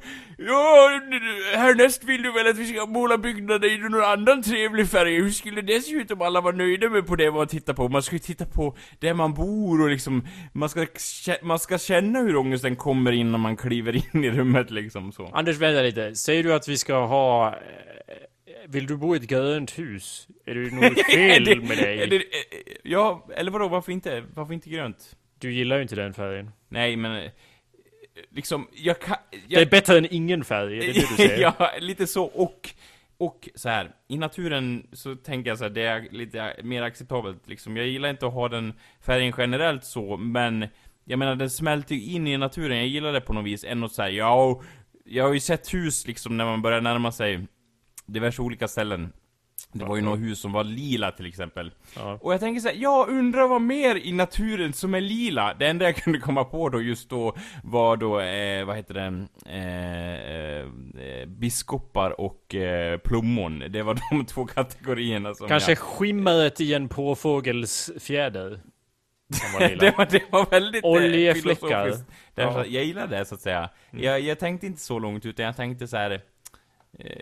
Ja, härnäst vill du väl att vi ska måla byggnader i någon annan trevlig färg. Hur skulle det se ut om alla var nöjda med på det man tittar på? Man ska ju titta på där man bor och liksom, man ska, man ska känna hur ångesten kommer in när man kliver in i rummet liksom så. Anders, vänta lite, säger du att vi ska ha... Vill du bo i ett grönt hus? Är det något fel det, med dig? Det, ja, eller vadå, varför inte? Varför inte grönt? Du gillar ju inte den färgen. Nej, men liksom, jag kan... Jag... Det är bättre än ingen färg, är det det du säger? Ja, lite så, och och så här, i naturen så tänker jag så här, det är lite mer acceptabelt liksom. Jag gillar inte att ha den färgen generellt så, men jag menar, den smälter ju in i naturen. Jag gillar det på något vis, än att säga, ja, jag har ju sett hus liksom när man börjar närma sig diverse olika ställen Det var ju något hus som var lila till exempel. Ja. Och jag tänker så här, jag undrar vad mer i naturen som är lila. Det enda jag kunde komma på då just då var då, eh, vad heter det, eh, eh, biskopar och eh, plommon. Det var de två kategorierna som kanske jag... skimmaret i en påfågels fjäder. det, var, det var väldigt oljefläckar. Eh, Därför, ja. Jag gillar det så att säga. Mm. Jag, jag tänkte inte så långt utan jag tänkte så här. Eh,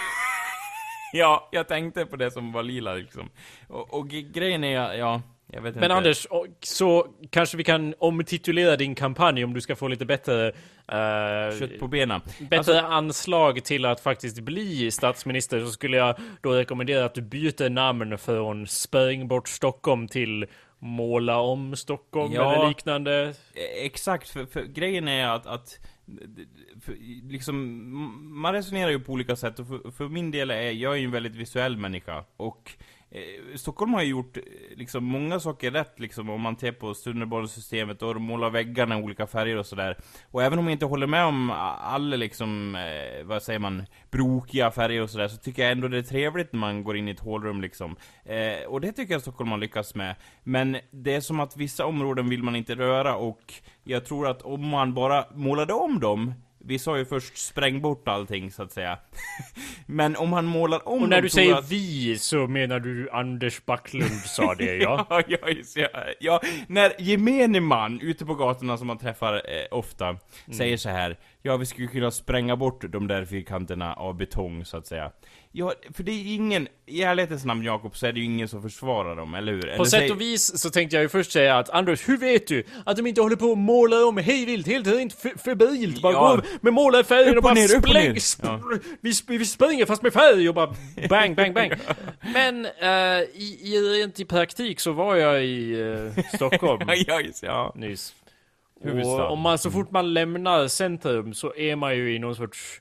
ja, jag tänkte på det som var lila liksom. Och, och grejen är, ja, jag vet men inte. Anders, så kanske vi kan omtitulera din kampanj om du ska få lite bättre uh, kött på benen. Bättre alltså, anslag till att faktiskt bli statsminister, så skulle jag då rekommendera att du byter namn från Spring bort Stockholm till Måla om Stockholm ja, eller liknande. Exakt, för, för grejen är att, att för, liksom, man resonerar ju på olika sätt och för, för min del är jag är ju en väldigt visuell människa och eh, Stockholm har ju gjort liksom många saker rätt liksom, om man ser på tunnelbanesystemet och målar väggarna i olika färger och sådär. Och även om jag inte håller med om alla liksom, eh, vad säger man, brokiga färger och sådär, så tycker jag ändå det är trevligt när man går in i ett hålrum liksom. Eh, och det tycker jag Stockholm har lyckats med. Men det är som att vissa områden vill man inte röra och jag tror att om man bara målade om dem, vi sa ju först spräng bort allting så att säga. Men om han målar om... Och när dem, du säger att... vi så menar du Anders Backlund sa det, ja? ja, ja, ja, ja. När gemene man ute på gatorna som man träffar eh, ofta mm. säger så här: ja, vi skulle kunna spränga bort de där fyrkanterna av betong så att säga. Ja, för det är ingen, i ärlighetens namn Jakob, så är det ju ingen som försvarar dem, eller hur? På eller sätt säg... och vis så tänkte jag ju först säga att Anders, hur vet du att de inte håller på att måla om hejvilt, helt enkelt för, febrilt, bara ja. går med måla färger och, och bara ner, spräng, sp- ja. vi, vi springer fast med färg och bara bang, bang, bang. Men uh, i, i, rent i praktik så var jag i uh, Stockholm ja, just, ja. nyss. Och om man så fort man lämnar centrum så är man ju i någon sorts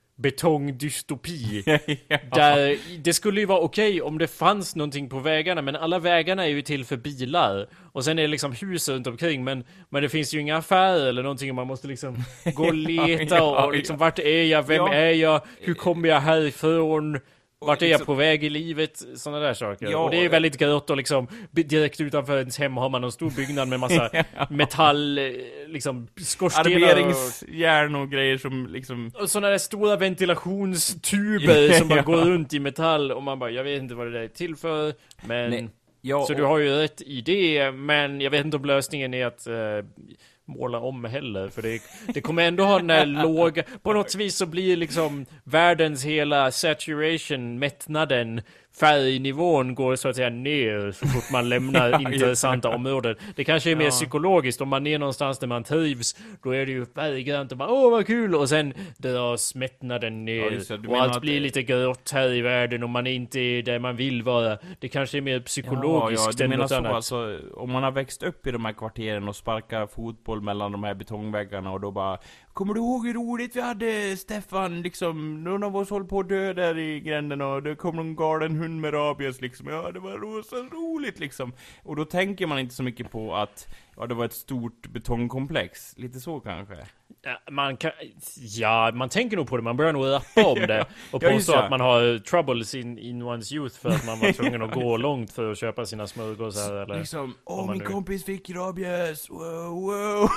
betongdystopi. ja. Där det skulle ju vara okej okay om det fanns någonting på vägarna, men alla vägarna är ju till för bilar och sen är det liksom hus runt omkring, men, men det finns ju inga affärer eller någonting, man måste liksom gå och leta och, och liksom, vart är jag, vem ja. är jag, hur kommer jag härifrån, vart är jag på väg i livet, sådana där saker. Ja, och det är väldigt gött och liksom direkt utanför ens hem har man en stor byggnad med massa ja. metall liksom skorstenar armeringsjärn och grejer som liksom och sådana där stora ventilationstuber som bara går runt i metall och man bara, jag vet inte vad det där är till för, men ja, så och... du har ju rätt i det, men jag vet inte om lösningen är att uh, måla om heller, för det, det kommer ändå ha den här låga, på något vis så blir liksom världens hela saturation, mättnaden, färgnivån går så att säga ner så fort man lämnar ja, intressanta områden. Det kanske är mer ja. psykologiskt, om man är någonstans där man trivs, då är det ju färggrant och bara, åh vad kul, och sen dras mättnaden ner ja, och allt blir det... lite grått här i världen och man är inte där man vill vara. Det kanske är mer psykologiskt ja, ja, än något så, annat. Alltså, om man har växt upp i de här kvarteren och sparkar fotboll mellan de här betongväggarna och då bara, kommer du ihåg hur roligt vi hade, Stefan, liksom, någon av oss håll på att dö där i gränden och det kom någon galen hund med rabies liksom, ja det var så roligt liksom. Och då tänker man inte så mycket på att ja, det var ett stort betongkomplex, lite så kanske. Ja, man kan, ja, man tänker nog på det, man börjar nog rappa om det och ja, påstå att man har troubles in, in one's youth för att man var tvungen att gå långt för att köpa sina smörgåsar eller liksom, åh min nu... kompis fick rabies, wow, wow.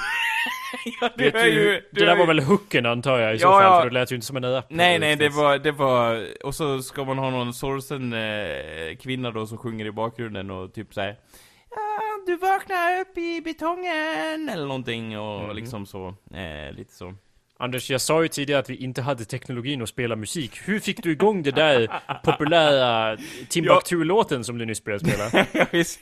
ja, det, du, ju, det, det där var väl hooken antar jag i ja, så fall, ja. för det lät ju inte som en rap. Nej, nej, det var, det var, och så ska man ha någon sorgsen eh, kvinna då som sjunger i bakgrunden och typ såhär, ja, du vaknar upp i betongen eller någonting och mm. liksom så, eh, lite så. Anders, jag sa ju tidigare att vi inte hade teknologin att spela musik. Hur fick du igång det där populära Timbuktu-låten som du nyss började spela? Ja, visst.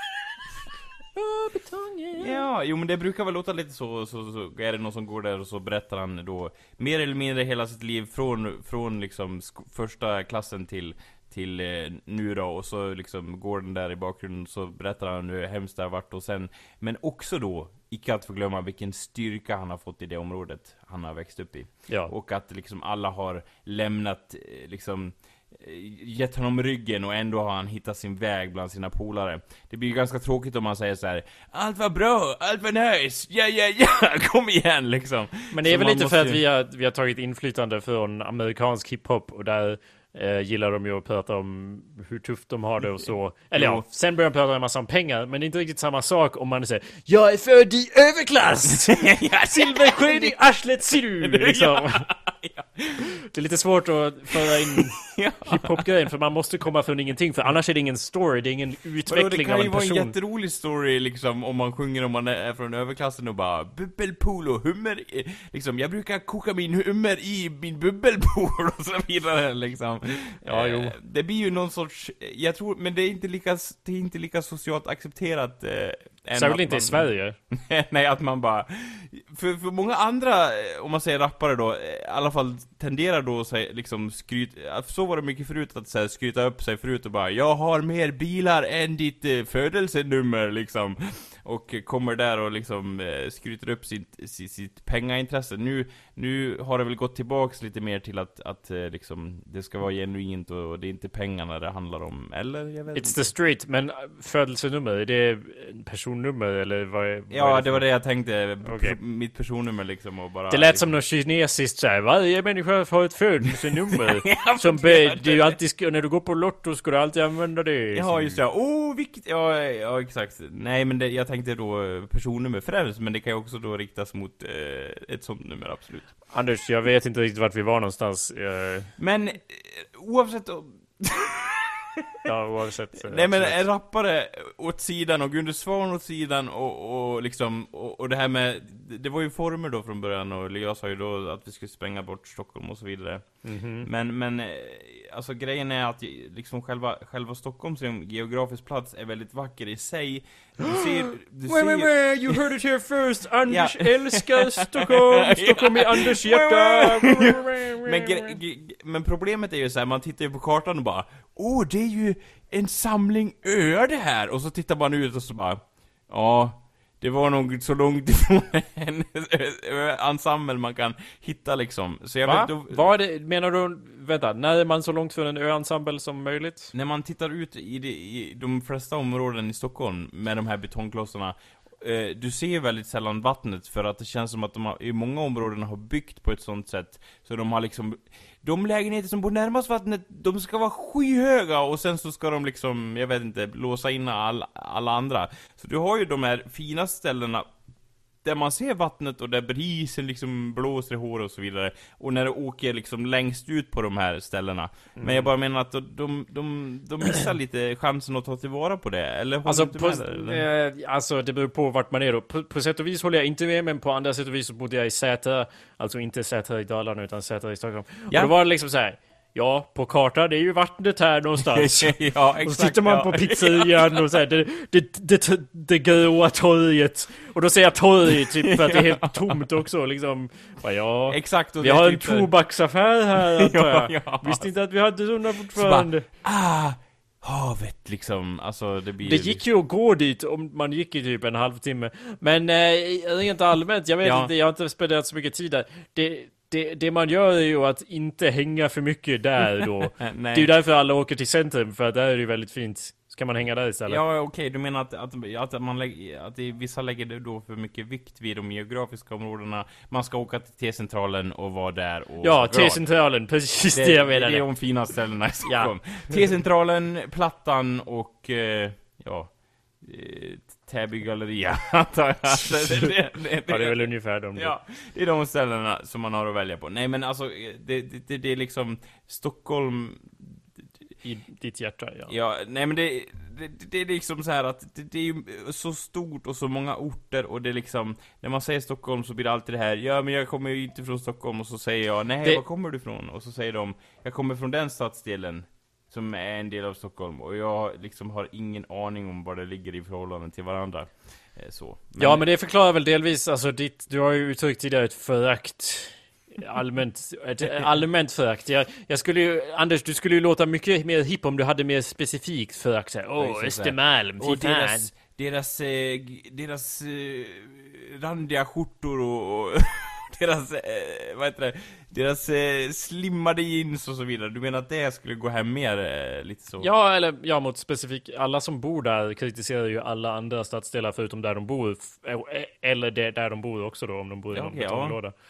Ja, jo men det brukar väl låta lite så, så, så är det någon som går där och så berättar han då mer eller mindre hela sitt liv från, från liksom sk- första klassen till, till eh, nu då, och så liksom går den där i bakgrunden så berättar han hur hemskt det har varit och sen, men också då icke att förglömma vilken styrka han har fått i det området han har växt upp i. Ja. Och att liksom alla har lämnat liksom gett honom ryggen och ändå har han hittat sin väg bland sina polare. Det blir ju ganska tråkigt om man säger så här: allt var bra, allt var nice, ja ja ja, kom igen liksom. Men det är så väl lite måste... för att vi har, vi har tagit inflytande från amerikansk hiphop och där eh, gillar de ju att prata om hur tufft de har det och så. Eller ja, sen börjar de prata en massa om pengar, men det är inte riktigt samma sak om man säger jag är född i överklass! Silversked i arslet ser du! Liksom. Det är lite svårt att föra in hiphop-grejen, för man måste komma från ingenting, för annars är det ingen story, det är ingen utveckling av en person. Det kan ju vara en jätterolig story liksom, om man sjunger om man är från överklassen och bara bubbelpool och hummer, liksom, jag brukar koka min hummer i min bubbelpool och så vidare liksom. Ja, jo. Det blir ju någon sorts, jag tror, men det är inte lika, det är inte lika socialt accepterat eh, särskilt inte man, i Sverige. Nej, att man bara, för, för många andra, om man säger rappare då, i alla fall tenderar då att säga, liksom skryt, så var det mycket förut att så här, skryta upp sig förut och bara jag har mer bilar än ditt eh, födelsenummer liksom, och kommer där och liksom eh, skryter upp sitt, sitt, sitt pengaintresse. Nu, nu har det väl gått tillbaks lite mer till att, att eh, liksom, det ska vara genuint och det är inte pengarna det handlar om, eller? Jag vet It's inte. The street, men födelsenummer, är det personnummer eller vad är, ja, vad är det, det var det jag tänkte, okay. mitt personnummer liksom, och bara, det lät liksom, som något kinesiskt såhär, varje människa har ett födelsenummer ja, som be, du alltid ska, när du går på Lotto ska du alltid använda det. Ja, just det, ja, oh, vilket, ja, ja exakt. Nej, men det, jag tänkte då personnummer främst, men det kan ju också då riktas mot eh, ett sånt nummer, absolut. Anders, jag vet inte riktigt vart vi var någonstans. Jag... Men eh, oavsett ja, oavsett. Nej, men en rappare åt sidan och Gunde Svan åt sidan och, och liksom, och, och det här med, det var ju former då från början, och jag sa ju då att vi skulle spränga bort Stockholm och så vidare. Mm-hmm. Men, men alltså grejen är att liksom själva, själva Stockholm som geografisk plats är väldigt vacker i sig. Du ser, du wait, wait, wait, you heard it here first. Anders ja. älskar Stockholm. Stockholm är Anders hjärta. men, gre- g- men problemet är ju så här, man tittar ju på kartan och bara, åh, oh, det är ju en samling öar det här. Och så tittar man ut och så bara, ja, det var nog så långt ifrån en ensemble man kan hitta liksom. Så jag Va? vet, då, vad är det, menar du, vänta, när är man så långt från en ö-ensemble som möjligt? När man tittar ut i, det, i de flesta områden i Stockholm med de här betongklossarna, eh, du ser väldigt sällan vattnet, för att det känns som att de har, i många områden har byggt på ett sånt sätt så de har liksom, de lägenheter som bor närmast vattnet, de ska vara skyhöga, och sen så ska de liksom, jag vet inte, låsa in all, alla andra. Så du har ju de här fina ställena där man ser vattnet och där brisen liksom blåser i hår och så vidare, och när det åker liksom längst ut på de här ställena. Mm. Men jag bara menar att de, de, de missar lite chansen att ta tillvara på det. Eller håller alltså, inte på, med det, eh, alltså det beror på vart man är då. På, på sätt och vis håller jag inte med, men på andra sätt och vis så bodde jag i Säter, alltså inte Säter i Dalarna utan Säter i Stockholm. Ja. Och då var det liksom så här. Ja, på kartan, det är ju vattnet här någonstans. ja, exakt. Och så tittar man ja. på pizzerian och så här, det, det, det, det gråa torget. Och då säger jag torget typ för att det är helt tomt också liksom. Ja, exakt. Vi har en tobaksaffär här, antar jag. ja, ja. Visste inte att vi hade sådana fortfarande. Så bara, ah, havet liksom. Alltså, det, blir... det gick ju att gå dit om man gick i typ en halvtimme. Men eh, rent allmänt, jag vet ja. inte, jag har inte spenderat så mycket tid där. Det... Det, det man gör är ju att inte hänga för mycket där då. Det är ju därför alla åker till centrum, för att där är det ju väldigt fint. Så kan man hänga där istället. Ja, okej, okay. Du menar att, att, att, man lägger, att det, vissa lägger då för mycket vikt vid de geografiska områdena. Man ska åka till T-centralen och vara där och ja, T-centralen, precis det, det jag menar. Det är de fina ställena i Stockholm. Ja. T-centralen, Plattan och eh, ja... Täby galleria antar jag. det, det, det, det, ja, det är väl ungefär de. Ja, det är de ställena som man har att välja på. Nej, men alltså det, det, det är liksom Stockholm i ditt hjärta, ja. Ja, nej men det, det, det är liksom så här att det, det är ju så stort och så många orter, och det är liksom, när man säger Stockholm så blir det alltid det här, ja men jag kommer ju inte från Stockholm, och så säger jag, nej det... var kommer du ifrån? Och så säger de, jag kommer från den stadsdelen som är en del av Stockholm, och jag liksom har ingen aning om var det ligger i förhållande till varandra. Så. Men... Ja, men det förklarar väl delvis, alltså ditt, du har ju uttryckt tidigare ett förakt, allmänt, ett allmänt förakt. Jag, jag skulle ju, Anders, du skulle ju låta mycket mer hipp om du hade mer specifikt förakt. Såhär, åh, Östermalm, och deras, deras, eh, deras eh, randiga skjortor och... och deras, eh, vad heter det, deras eh, slimmade jeans och så vidare. Du menar att det skulle gå hem mer eh, lite så? Ja, eller ja, mot specifikt, alla som bor där kritiserar ju alla andra stadsdelar förutom där de bor, eller det, där de bor också då, om de bor i någon okay, betonglåda. Ja.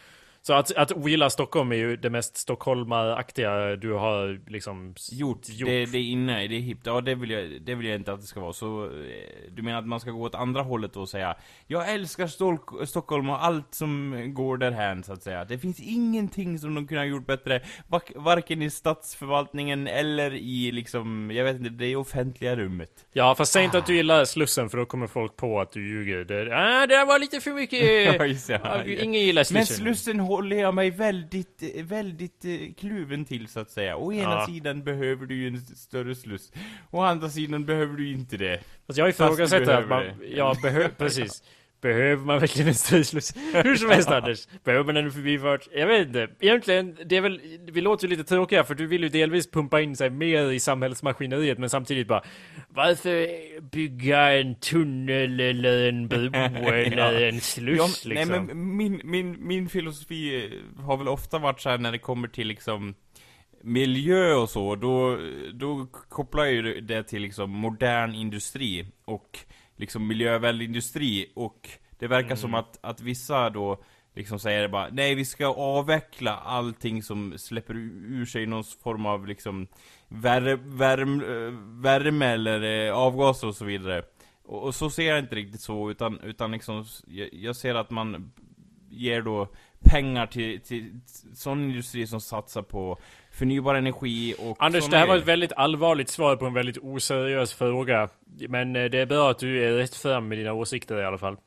Så att, att ogilla Stockholm är ju det mest Stockholmaraktiga du har liksom gjort. gjort. Det, det är inne, det är hippt. Ja, det vill, jag, det vill jag inte att det ska vara. Så du menar att man ska gå åt andra hållet och säga jag älskar Stol- Stockholm och allt som går därhän, så att säga. Det finns ingenting som de kunde ha gjort bättre, varken i statsförvaltningen eller i liksom, jag vet inte, det offentliga rummet. Ja, fast säg inte ah. att du gillar Slussen, för då kommer folk på att du ljuger. Det, ah, det var lite för mycket. ja, ingen gillar Slussen. Men Slussen håller jag mig väldigt, väldigt kluven till, så att säga. Å ena ja. sidan behöver du ju en större sluss. Å andra sidan behöver du inte det. Alltså jag ifrågasätter att man, ja, behöver, precis. Behöver man verkligen en stridslös? Hur som helst, Anders. Behöver man en förbifart? Jag vet inte. Egentligen, det är väl, vi låter ju lite tråkiga, för du vill ju delvis pumpa in sig mer i samhällsmaskineriet, men samtidigt bara, varför bygga en tunnel eller en bro eller ja. en sluss, ja, liksom? Nej, men min, min, min filosofi har väl ofta varit så här när det kommer till liksom miljö och så, då, då kopplar jag ju det till liksom modern industri och liksom miljövänlig industri, och det verkar mm. som att, att vissa då liksom säger bara, nej, vi ska avveckla allting som släpper ur sig någon form av liksom vär, värm, värme eller avgaser och så vidare. Och, och så ser jag inte riktigt så, utan, utan liksom, jag, jag ser att man ger då pengar till, till sån industri som satsar på förnybar energi och... Anders, det här var ett väldigt allvarligt svar på en väldigt oseriös fråga. Men det är bra att du är rätt fram med dina åsikter i alla fall.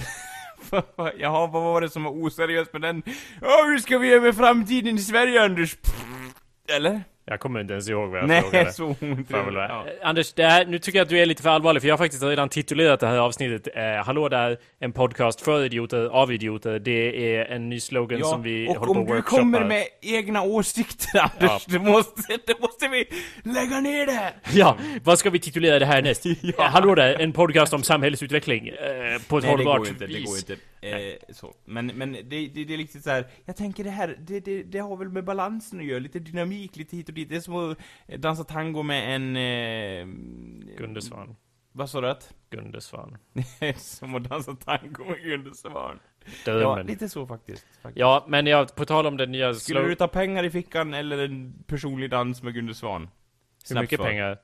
Jaha, vad var det som var oseriöst med den? Ja, hur ska vi göra med framtiden i Sverige, Anders? Eller? Jag kommer inte ens ihåg vad jag Nej, frågade. Så ja. Anders, det här, nu tycker jag att du är lite för allvarlig, för jag har faktiskt redan titulerat det här avsnittet eh, Hallå där, en podcast för idioter, av idioter. Det är en ny slogan ja, som vi håller på att workshoppa. Och om du kommer med egna åsikter, Anders, ja. det, måste, det måste vi lägga ner det. Ja, vad ska vi titulera det här näst? ja. Hallå där, en podcast om samhällsutveckling eh, på ett Nej, hållbart vis. Nej, det går inte, det går inte. Eh, så. Men, men det, det, det är liksom så här, jag tänker det här, det, det, det har väl med balansen att göra, lite dynamik, lite hit och dit. Det är som att dansa tango med en... Eh, Gundesvan. Vad sa du att? Gundesvan. Som att dansa tango med Gundesvan. Dömen. Ja, lite så faktiskt, faktiskt. Ja, men jag, på tal om den nya... Skulle slow... du ta pengar i fickan eller en personlig dans med Gundesvan? Hur mycket svar. pengar?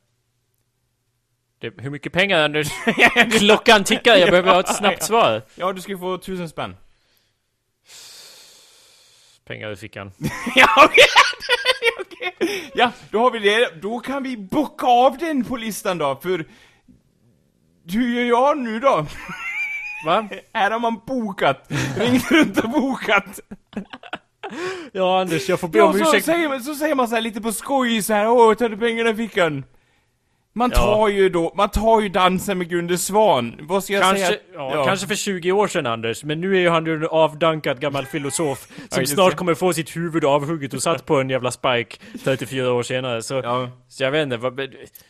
Det, hur mycket pengar, Anders? Klockan tickar, jag behöver ha ett snabbt svar. Ja, du ska få tusen spänn. Pengar i fickan. ja, okej. okay. Ja, då har vi det. Då kan vi bocka av den på listan då, för hur gör jag nu då? Va? Här har man bokat. Ringt runt och bokat. Ja, Anders, jag får be ja, om så ursäkt. Säger man, så säger man så här lite på skoj så här, åh, tar du pengarna i fickan? Man tar ja. ju då, man tar ju dansen med Gunde Svan. Vad ska jag kanske, säga? Ja, ja. Kanske för tjugo år sedan, Anders. Men nu är ju han ju en avdankad gammal filosof som ja, snart kommer få sitt huvud avhugget och satt på en jävla spike trettiofyra år senare. Så, ja. så jag vet inte, vad...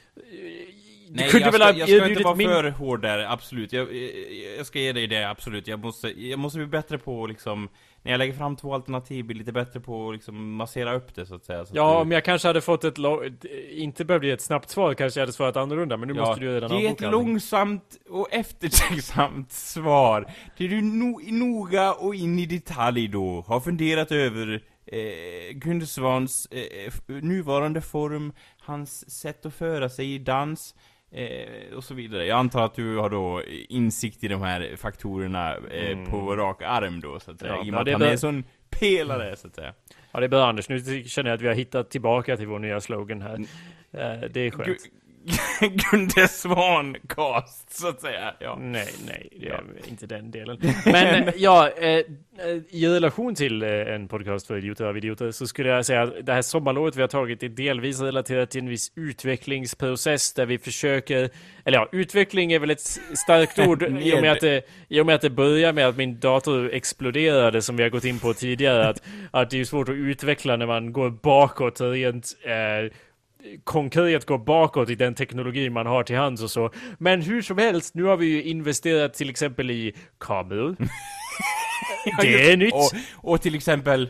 Nej, jag ska, jag ska inte vara min... för hård där, absolut. Jag, jag, jag ska ge dig det, absolut. Jag måste, jag måste bli bättre på liksom, när jag lägger fram två alternativ, bli lite bättre på att liksom massera upp det, så att säga. Så ja, att du... om jag kanske hade fått ett, lo- inte behövde ge ett snabbt svar, kanske jag hade svarat annorlunda, men nu ja, måste du ju redan avboka. Ge ett långsamt och eftertänksamt svar. Det du no- noga och in i detalj då har funderat över eh, Gunde Svans eh, nuvarande form, hans sätt att föra sig i dans, Eh, och så vidare. Jag antar att du har då insikt i de här faktorerna eh, mm. på rak arm då, så att säga. Ja, I och med att han bör... är en sån pelare, så att säga. Ja, det är bra, Anders. Nu känner jag att vi har hittat tillbaka till vår nya slogan här. Eh, det är skönt. Gu- Gunde Svan-cast, så att säga. Ja. Nej, nej, det är ja. inte den delen. Men ja, eh, i relation till eh, en podcast för idioter av idioter, så skulle jag säga att det här sommarlovet vi har tagit är delvis relaterat till en viss utvecklingsprocess där vi försöker, eller ja, utveckling är väl ett starkt ord i och med att det, i och med att det börjar med att min dator exploderade, som vi har gått in på tidigare, att, att det är svårt att utveckla när man går bakåt rent eh, konkret går bakåt i den teknologi man har till hands och så. Men hur som helst, nu har vi ju investerat till exempel i kameror. Det är nytt. Och, och till exempel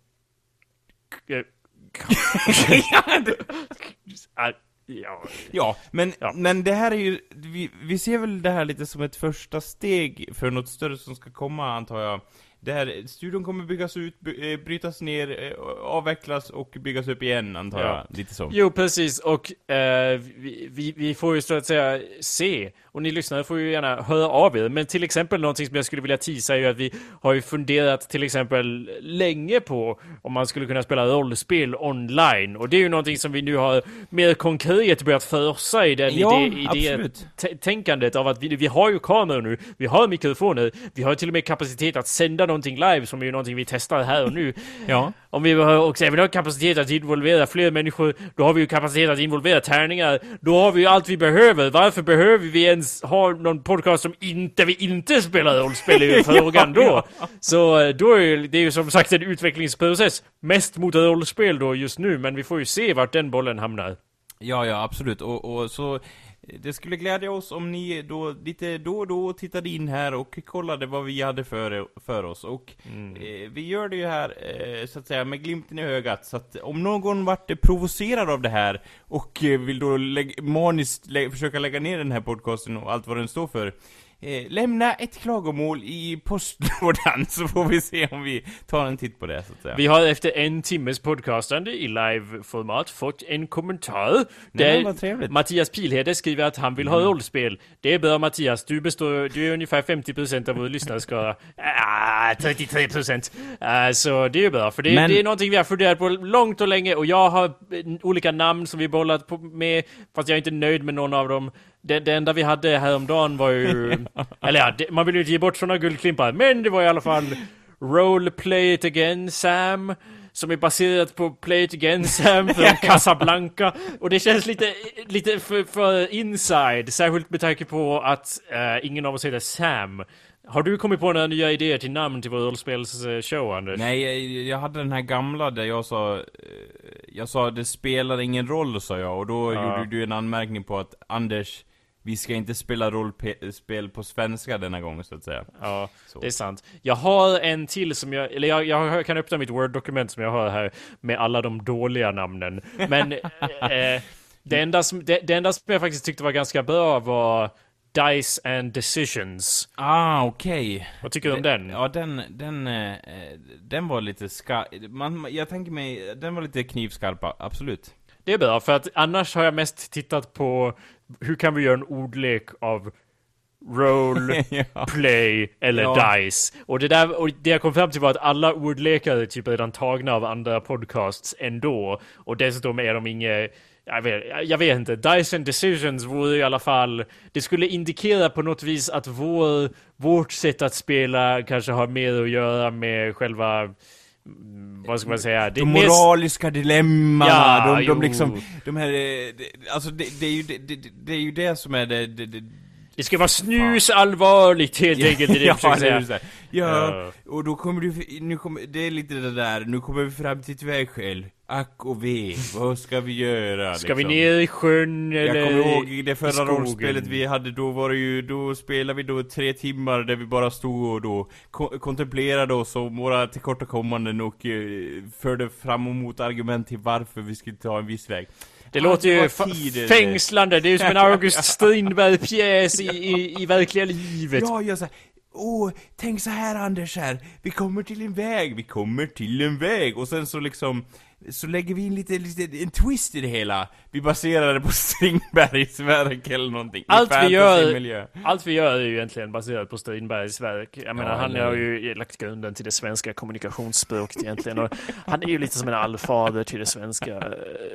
ja, ja, men, ja. men det här är ju vi, vi ser väl det här lite som ett första steg för något större som ska komma, antar jag. där studion kommer byggas ut, by, brytas ner, avvecklas och byggas upp igen, antar jag. Ja. Lite så. Jo, precis. Och eh, vi, vi, vi får ju så att säga se. Och ni lyssnare får ju gärna höra av er. Men till exempel någonting som jag skulle vilja teasa är ju att vi har ju funderat till exempel länge på om man skulle kunna spela rollspel online. Och det är ju någonting som vi nu har mer konkret börjat försa i den ja, idé, idé t- tänkandet av att vi, vi har ju kameror nu, vi har mikrofoner, vi har till och med kapacitet att sända någonting live som är ju någonting vi testar här och nu. Ja. Om vi har också även har kapacitet att involvera fler människor, då har vi ju kapacitet att involvera tärningar, då har vi ju allt vi behöver. Varför behöver vi ens ha någon podcast som inte vi inte spelar rollspel i frågan då? Ja, ja. Så då är det ju som sagt en utvecklingsprocess mest mot rollspel då just nu, men vi får ju se vart den bollen hamnar. Ja, ja, absolut. Och, och så det skulle glädja oss om ni då lite då och då tittade in här och kollade vad vi hade för, för oss. Och mm. eh, vi gör det ju här eh, så att säga med glimten i ögat. Så att om någon vart provocerad av det här och eh, vill då lä- maniskt lä- försöka lägga ner den här podcasten och allt vad den står för, Eh, lämna ett klagomål i postlådan så får vi se om vi tar en titt på det, så att säga. Vi har efter en timmes podcastande i live-format fått en kommentar där Mattias Pilhede skriver att han vill mm. ha rollspel. Det är bra, Mattias, du består, du är ungefär femtio procent av vår lyssnarskara. Ah, trettiotre procent. Uh, så det är bra, för det, Men... det är någonting vi har funderat på långt och länge, och jag har olika namn som vi bollat på med, fast jag är inte nöjd med någon av dem. Det, det enda vi hade häromdagen var ju... eller ja, det, man vill ju inte ge bort sådana guldklimpar. Men det var i alla fall Roll Play It Again Sam, som är baserat på Play It Again Sam från Casablanca. Och det känns lite, lite för, för inside, särskilt med tanke på att uh, ingen av oss heter Sam. Har du kommit på några nya idéer till namn till vår rollspelsshow, Anders? Nej, jag, jag hade den här gamla där jag sa... Jag sa, det spelar ingen roll, sa jag. Och då ja. gjorde du en anmärkning på att Anders... Vi ska inte spela rollspel på svenska denna gång, så att säga. Ja, så. Det är sant. Jag har en till som jag... Eller jag, jag kan öppna mitt Word-dokument som jag har här med alla de dåliga namnen. Men eh, det, enda som, det, det enda som jag faktiskt tyckte var ganska bra var Dice and Decisions. Ah, okej. Okay. Vad tycker du om den? Ja, den, den, eh, den var lite skarp. Man, jag tänker mig, den var lite knivskarp, absolut. Det är bra, för att annars har jag mest tittat på hur kan vi göra en ordlek av roll, ja. play eller ja. dice. Och det, där, och det jag kom fram till var att alla ordlekar är typ redan tagna av andra podcasts ändå. Och dessutom är de inga... Jag vet, jag vet inte. Dice and Decisions vore i alla fall... Det skulle indikera på något vis att vår, vårt sätt att spela kanske har mer att göra med själva... Vad ska man säga? Det de moraliska mest... dilemmana, ja, de, de liksom de här det, alltså det, det är ju det, det, det är ju det som är det det, det, det ska vara snus allvarligt helt enkelt, det ja, det det är så här. Ja, uh. och då kommer du nu kommer det är lite det där, nu kommer vi fram till ett vägskäl. Ack och ve, vad ska vi göra? Ska liksom? vi ner i sjön eller jag kommer ihåg i det förra rollspelet vi hade, då var det ju, då spelade vi då tre timmar där vi bara stod och då ko- kontemplerade oss om våra tillkortakommanden och eh, förde fram och mot argument till varför vi skulle ta en viss väg. Det ah, låter ju f- fängslande, det är ju som en August Strindberg-pjäs i, i, i verkliga livet. Ja, jag säger, åh, tänk så här Anders här, vi kommer till en väg, vi kommer till en väg, och sen så liksom så lägger vi in lite, lite en twist i det hela. Vi baserar det på Strindbergs verk eller någonting. Allt vi gör, allt vi gör är ju egentligen baserat på Strindbergs verk. Jag menar, ja, han har ju lagt grunden till det svenska kommunikationsspråket egentligen. Och han är ju lite som en allfader till det svenska äh,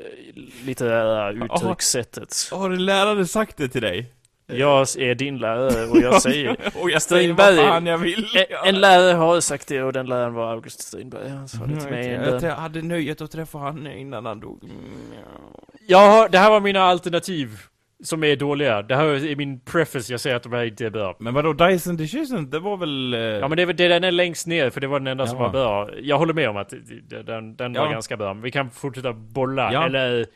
litterära uttryckssättet. Har en lärare sagt det till dig? Jag är din lärare och jag säger och jag säger vad fan jag vill. En, en lärare har sagt det, och den läraren var August Strindberg. Han sa det till mig. Jag, jag hade nöjet att träffa han innan han dog. Mm, ja. Ja, det här var mina alternativ som är dåliga. Det här är min preface, jag säger att de här inte är bra. Men vadå, Dice and Decisions, det var väl... Eh... Ja, men det, det den är längst ner, för det var den enda ja. som var bra. Jag håller med om att den, den ja. var ganska bra. Men vi kan fortsätta bolla, ja. eller...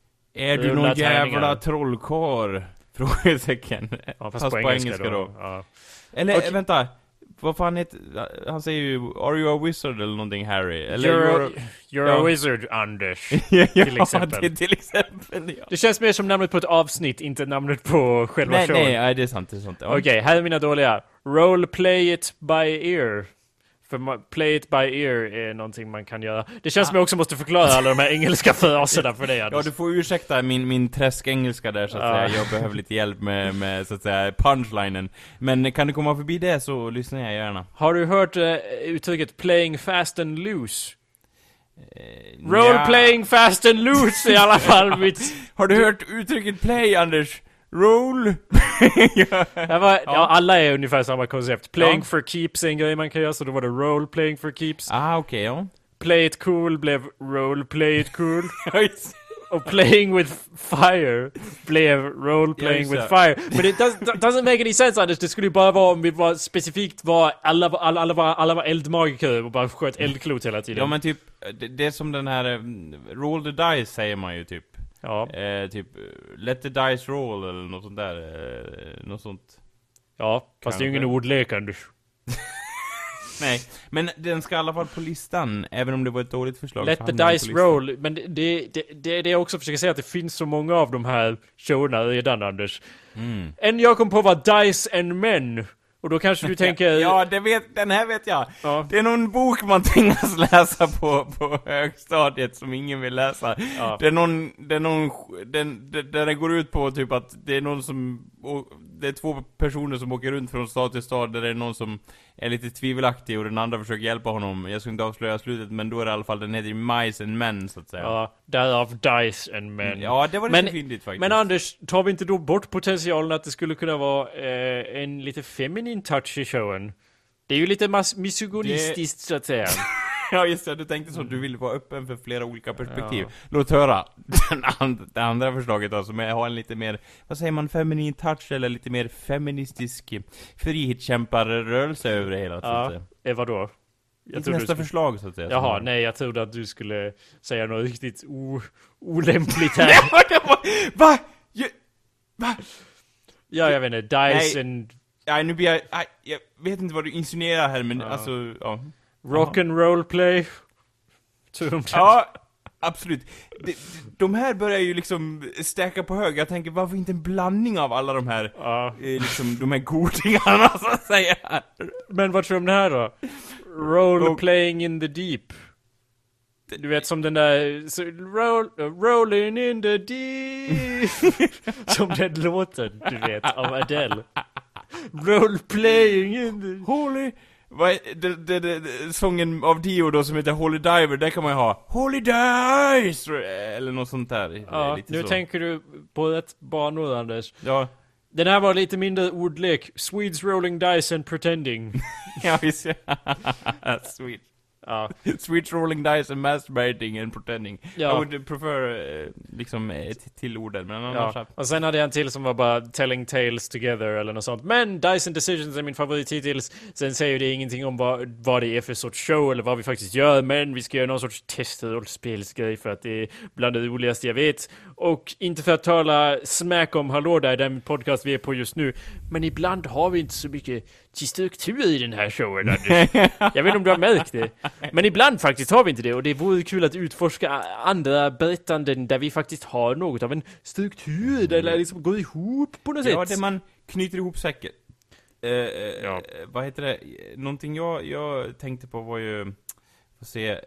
Är du någon jävla trollkarl? Frågetecken. Ja, fast, fast på engelska, engelska då. då. Ja. Eller, okay. vänta. Vad fan heter... Han säger ju, are you a wizard eller någonting, Harry? Eller you're, you're, you're ja. a wizard, Anders. ja, till exempel. Det, till exempel ja. Det känns mer som namnet på ett avsnitt, inte namnet på själva nej, showen. Nej, nej, det är sant. Det är sant. Ja. Okej, okay, här är mina dåliga. Role play it by ear. För man, play it by ear är någonting man kan göra. Det känns ah. som jag också måste förklara alla de här engelska fraserna för dig, Anders. Ja, du får ursäkta min, min träskengelska där, så att ah. säga. Jag behöver lite hjälp med, med så att säga, punchlinen. Men kan du komma förbi det så lyssnar jag gärna. Har du hört uh, uttrycket playing fast and loose? Uh, Role ja. playing fast and loose i alla fall. Mitt... Har du hört uttrycket play, Anders? Roll. ja. Det var, ja. Ja, alla är ungefär samma koncept. Playing ja. for keeps är en grej man kan göra, så då var det role playing for keeps. Ah, okej, okay, ja. Play it cool blev role play it cool. Och playing with fire blev role playing with fire. Men det does, doesn't make any sense, Anders. Det skulle ju bara vara om vi var specifikt var alla, alla, alla, var, alla var eldmagiker och bara sköt eldklot hela tiden. Ja, men typ det, det är som den här roll the dice säger man ju typ. Ja. Eh, typ let the dice roll eller något sånt där, eh, något sånt. Ja, fast kanske. Det är ju ingen ordlek, Anders. Nej, men den ska i alla fall på listan, även om det var ett dåligt förslag. Let the dice roll, men det, det, det, det är också försöker säga att det finns så många av de här showerna redan, Anders. Mm. En jag kom på var Dice and Men. Och då kanske du tänker... ja, det vet, den här vet jag. Ja. Det är någon bok man tvingas läsa på, på högstadiet som ingen vill läsa. Ja. Det är någon... Det är någon den, den, den går ut på typ att det är någon som... Det är två personer som åker runt från stad till stad, där det är någon som är lite tvivelaktig och den andra försöker hjälpa honom. Jag ska inte avslöja slutet, men då är det i alla fall, den heter Mice and Men, så att säga. Ja, därav Dice and Men. Ja, det var lite fyndigt faktiskt. Men Anders, tar vi inte då bort potentialen att det skulle kunna vara eh, en lite feminin touch i showen? Det är ju lite mas- misogynistiskt, det... så att säga. Ja, just det, du tänkte så, du vill vara öppen för flera olika perspektiv. Ja. Låt höra den and- det andra förslaget då, som är, har en lite mer, vad säger man, feminin touch, eller lite mer feministisk frihetskämparrörelse över det hela. Ja, eh, vadå? Jag nästa skulle... förslag, så att säga. Jaha, nej, jag trodde att du skulle säga något riktigt o- olämpligt här. Va? Ja, va? Ja, jag vet inte, Dice and... Nej, nu blir jag... Nej, jag vet inte vad du insinuerar här, men ja. alltså... Ja. Rock and roll play. Ja, absolut. De, de här börjar ju liksom stäcka på hög. Jag tänker, varför inte en blandning av alla de här ja. eh, liksom, de här godingarna, så att säga. Men vad tror du om det här då? Role Och, playing in the deep. Du vet, som den där så, roll, uh, rolling in the deep. Som den låten, du vet, av Adele. Role playing in the... Holy... Vad är det, det, det, det, sången av Dio då som heter Holy Diver, där kan man ju ha Holy Dice eller något sånt där. Ja, lite nu så. Tänker du på ett banor, Anders. Ja. Den här var lite mindre ordlek. Swedes rolling dice and pretending. Ja, visst. Sweet. Ja. Sweet rolling dice and masturbating and pretending. Ja. I would prefer uh, liksom ett till orden, men annars... Ja. Och sen hade jag en till som var bara telling tales together eller något sånt. Men Dice and Decisions är min favorit hittills. Sen säger det ingenting om vad, vad det är för sorts show eller vad vi faktiskt gör, men vi ska göra någon sorts testrollspelsgrej för att det är bland det roligaste jag vet. Och inte för att tala smack om hallå där, den podcast vi är på just nu, men ibland har vi inte så mycket till struktur i den här showen, Anders. Jag vet inte om du har märkt det. Men ibland faktiskt har vi inte det, och det vore kul att utforska andra berättanden där vi faktiskt har något av en struktur, där det liksom går ihop på något ja, sätt. Ja, det man knyter ihop säkert. Eh, ja. Vad heter det? Någonting jag, jag tänkte på var ju, får se,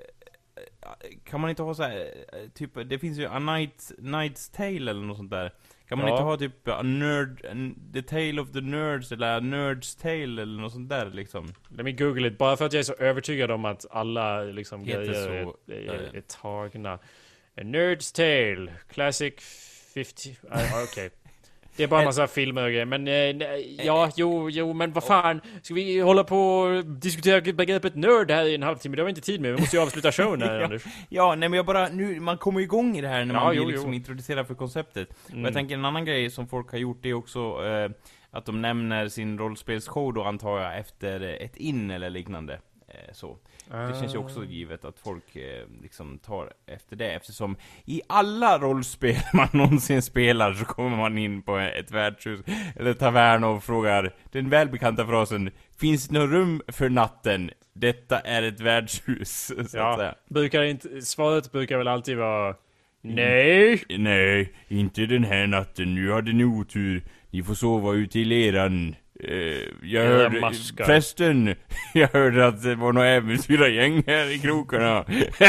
kan man inte ha så här, typ, det finns ju A Night, Night's Tale eller något sånt där. Kan man ja. inte ha typ a nerd, a, The Tale of the Nerds eller a Nerd's Tale eller något sånt där liksom? Let me google it, bara för att jag är så övertygad om att alla liksom heter grejer så, är, är, är, är tagna. A Nerd's Tale, Classic femtio, uh, okej. Okay. Det är bara en massa filmer och grejer, men eh, ja, jo, jo, men vad fan, ska vi hålla på och diskutera begreppet nörd här i en halvtimme? Det har vi inte tid med, vi måste ju avsluta showen här, ja, Anders. Ja, nej men jag bara, nu, man kommer igång i det här när ja, man blir jo, liksom jo. introducerad för konceptet. Mm. Och jag tänker en annan grej som folk har gjort, det är också eh, att de nämner sin rollspelsshow då, antar jag, efter ett in eller liknande. Eh, så. Det känns ju också givet att folk eh, liksom tar efter det, eftersom i alla rollspel man någonsin spelar så kommer man in på ett värdshus eller tavern och frågar den välbekanta frasen: finns det något rum för natten? Detta är ett värdshus, så ja, att säga. Brukar inte, svaret brukar väl alltid vara nej. Nej, inte den här natten. Nu hade ni otur. Ni får sova ute i leran. Uh, jag hörde, förresten, jag hörde att det var några äventyra-gäng här i krokarna.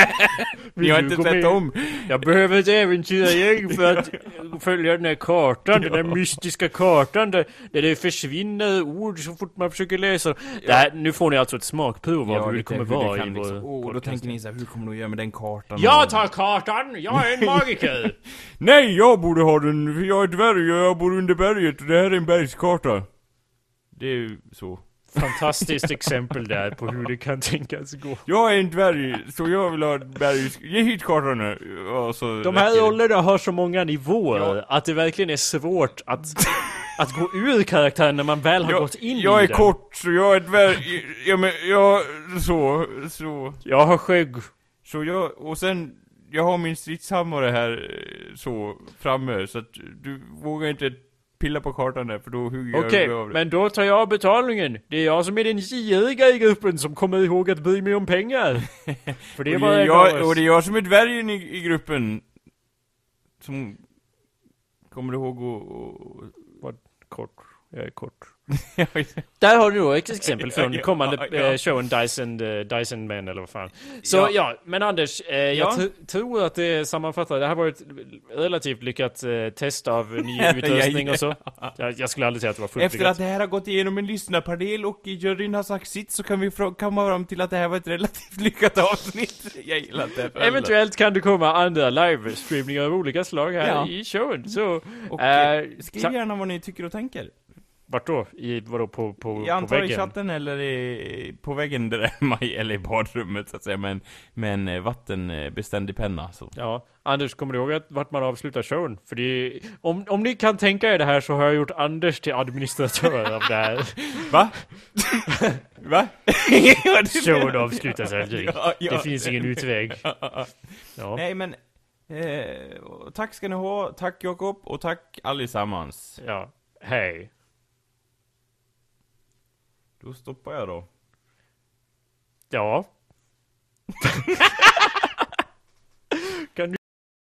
Ni har inte sett om. Jag behöver ett äventyra-gäng för att följa den här kartan, den där mystiska kartan där, där det försvinner ord så fort man försöker läsa. Ja. Här, nu får ni alltså ett smakprov av ja, hur det kommer vara det i liksom. Åh, oh, då tänker ni så här, hur kommer du göra med den kartan? Jag tar kartan, jag är en magiker. Nej, jag borde ha den, för jag är dvärg och jag bor under berget och det här är en bergskarta. Det är ju så. Fantastiskt exempel där på hur det kan tänkas gå. Jag är en dvärg, så jag vill ha ett berg. Ge hit kartan nu. Så de här rollerna har så många nivåer ja. Att det verkligen är svårt att, att gå ur karaktären när man väl har jag, gått in jag i är den. Kort, så jag är dvärg. Ja, men jag, så, så. Jag har skägg. Så jag, och sen, jag har min stridshammare här så framme, så att du vågar inte pilla på kartan där, för då hugger okay, jag av det. Men då tar jag betalningen. Det är jag som är den giriga i gruppen som kommer ihåg att bry mig om pengar. För det och, var det jag, och det är jag som är dvärgen i, i gruppen som kommer ihåg och... Vad kort? Jag är kort. Där har du då ett exempel från kommande ja, ja. Eh, showen Dyson, uh, Dyson Man eller vad fan. Så ja, ja men Anders, eh, jag ja. t- tror att det sammanfattar. Det här var ett relativt lyckat eh, test av ny utrustning och så. Jag, jag skulle aldrig säga att det var fullt efter lyckat. Att det här har gått igenom en lyssnarpanel och juryn har sagt sitt, så kan vi fr- komma fram till att det här var ett relativt lyckat avsnitt. Jag gillar det. Eventuellt kan det komma andra livestreamningar av olika slag här ja. I showen. Så, och eh, skriv gärna vad ni tycker och tänker. Vart då? I, vadå, på, på, jag antar på väggen? I chatten eller i, på väggen där hemma eller i badrummet så att säga, men, men vattenbeständig penna så. Ja, Anders, kommer du ihåg att vart man avslutar showen? För det, om, om ni kan tänka er det här så har jag gjort Anders till administratör av det här. Va? Va? Showen avslutas aldrig. Ja, ja. Det finns ingen utväg. Ja. Nej, men eh, tack ska ni ha, tack Jakob och tack allesammans. Ja, hej. Då stoppar jag då. Ja.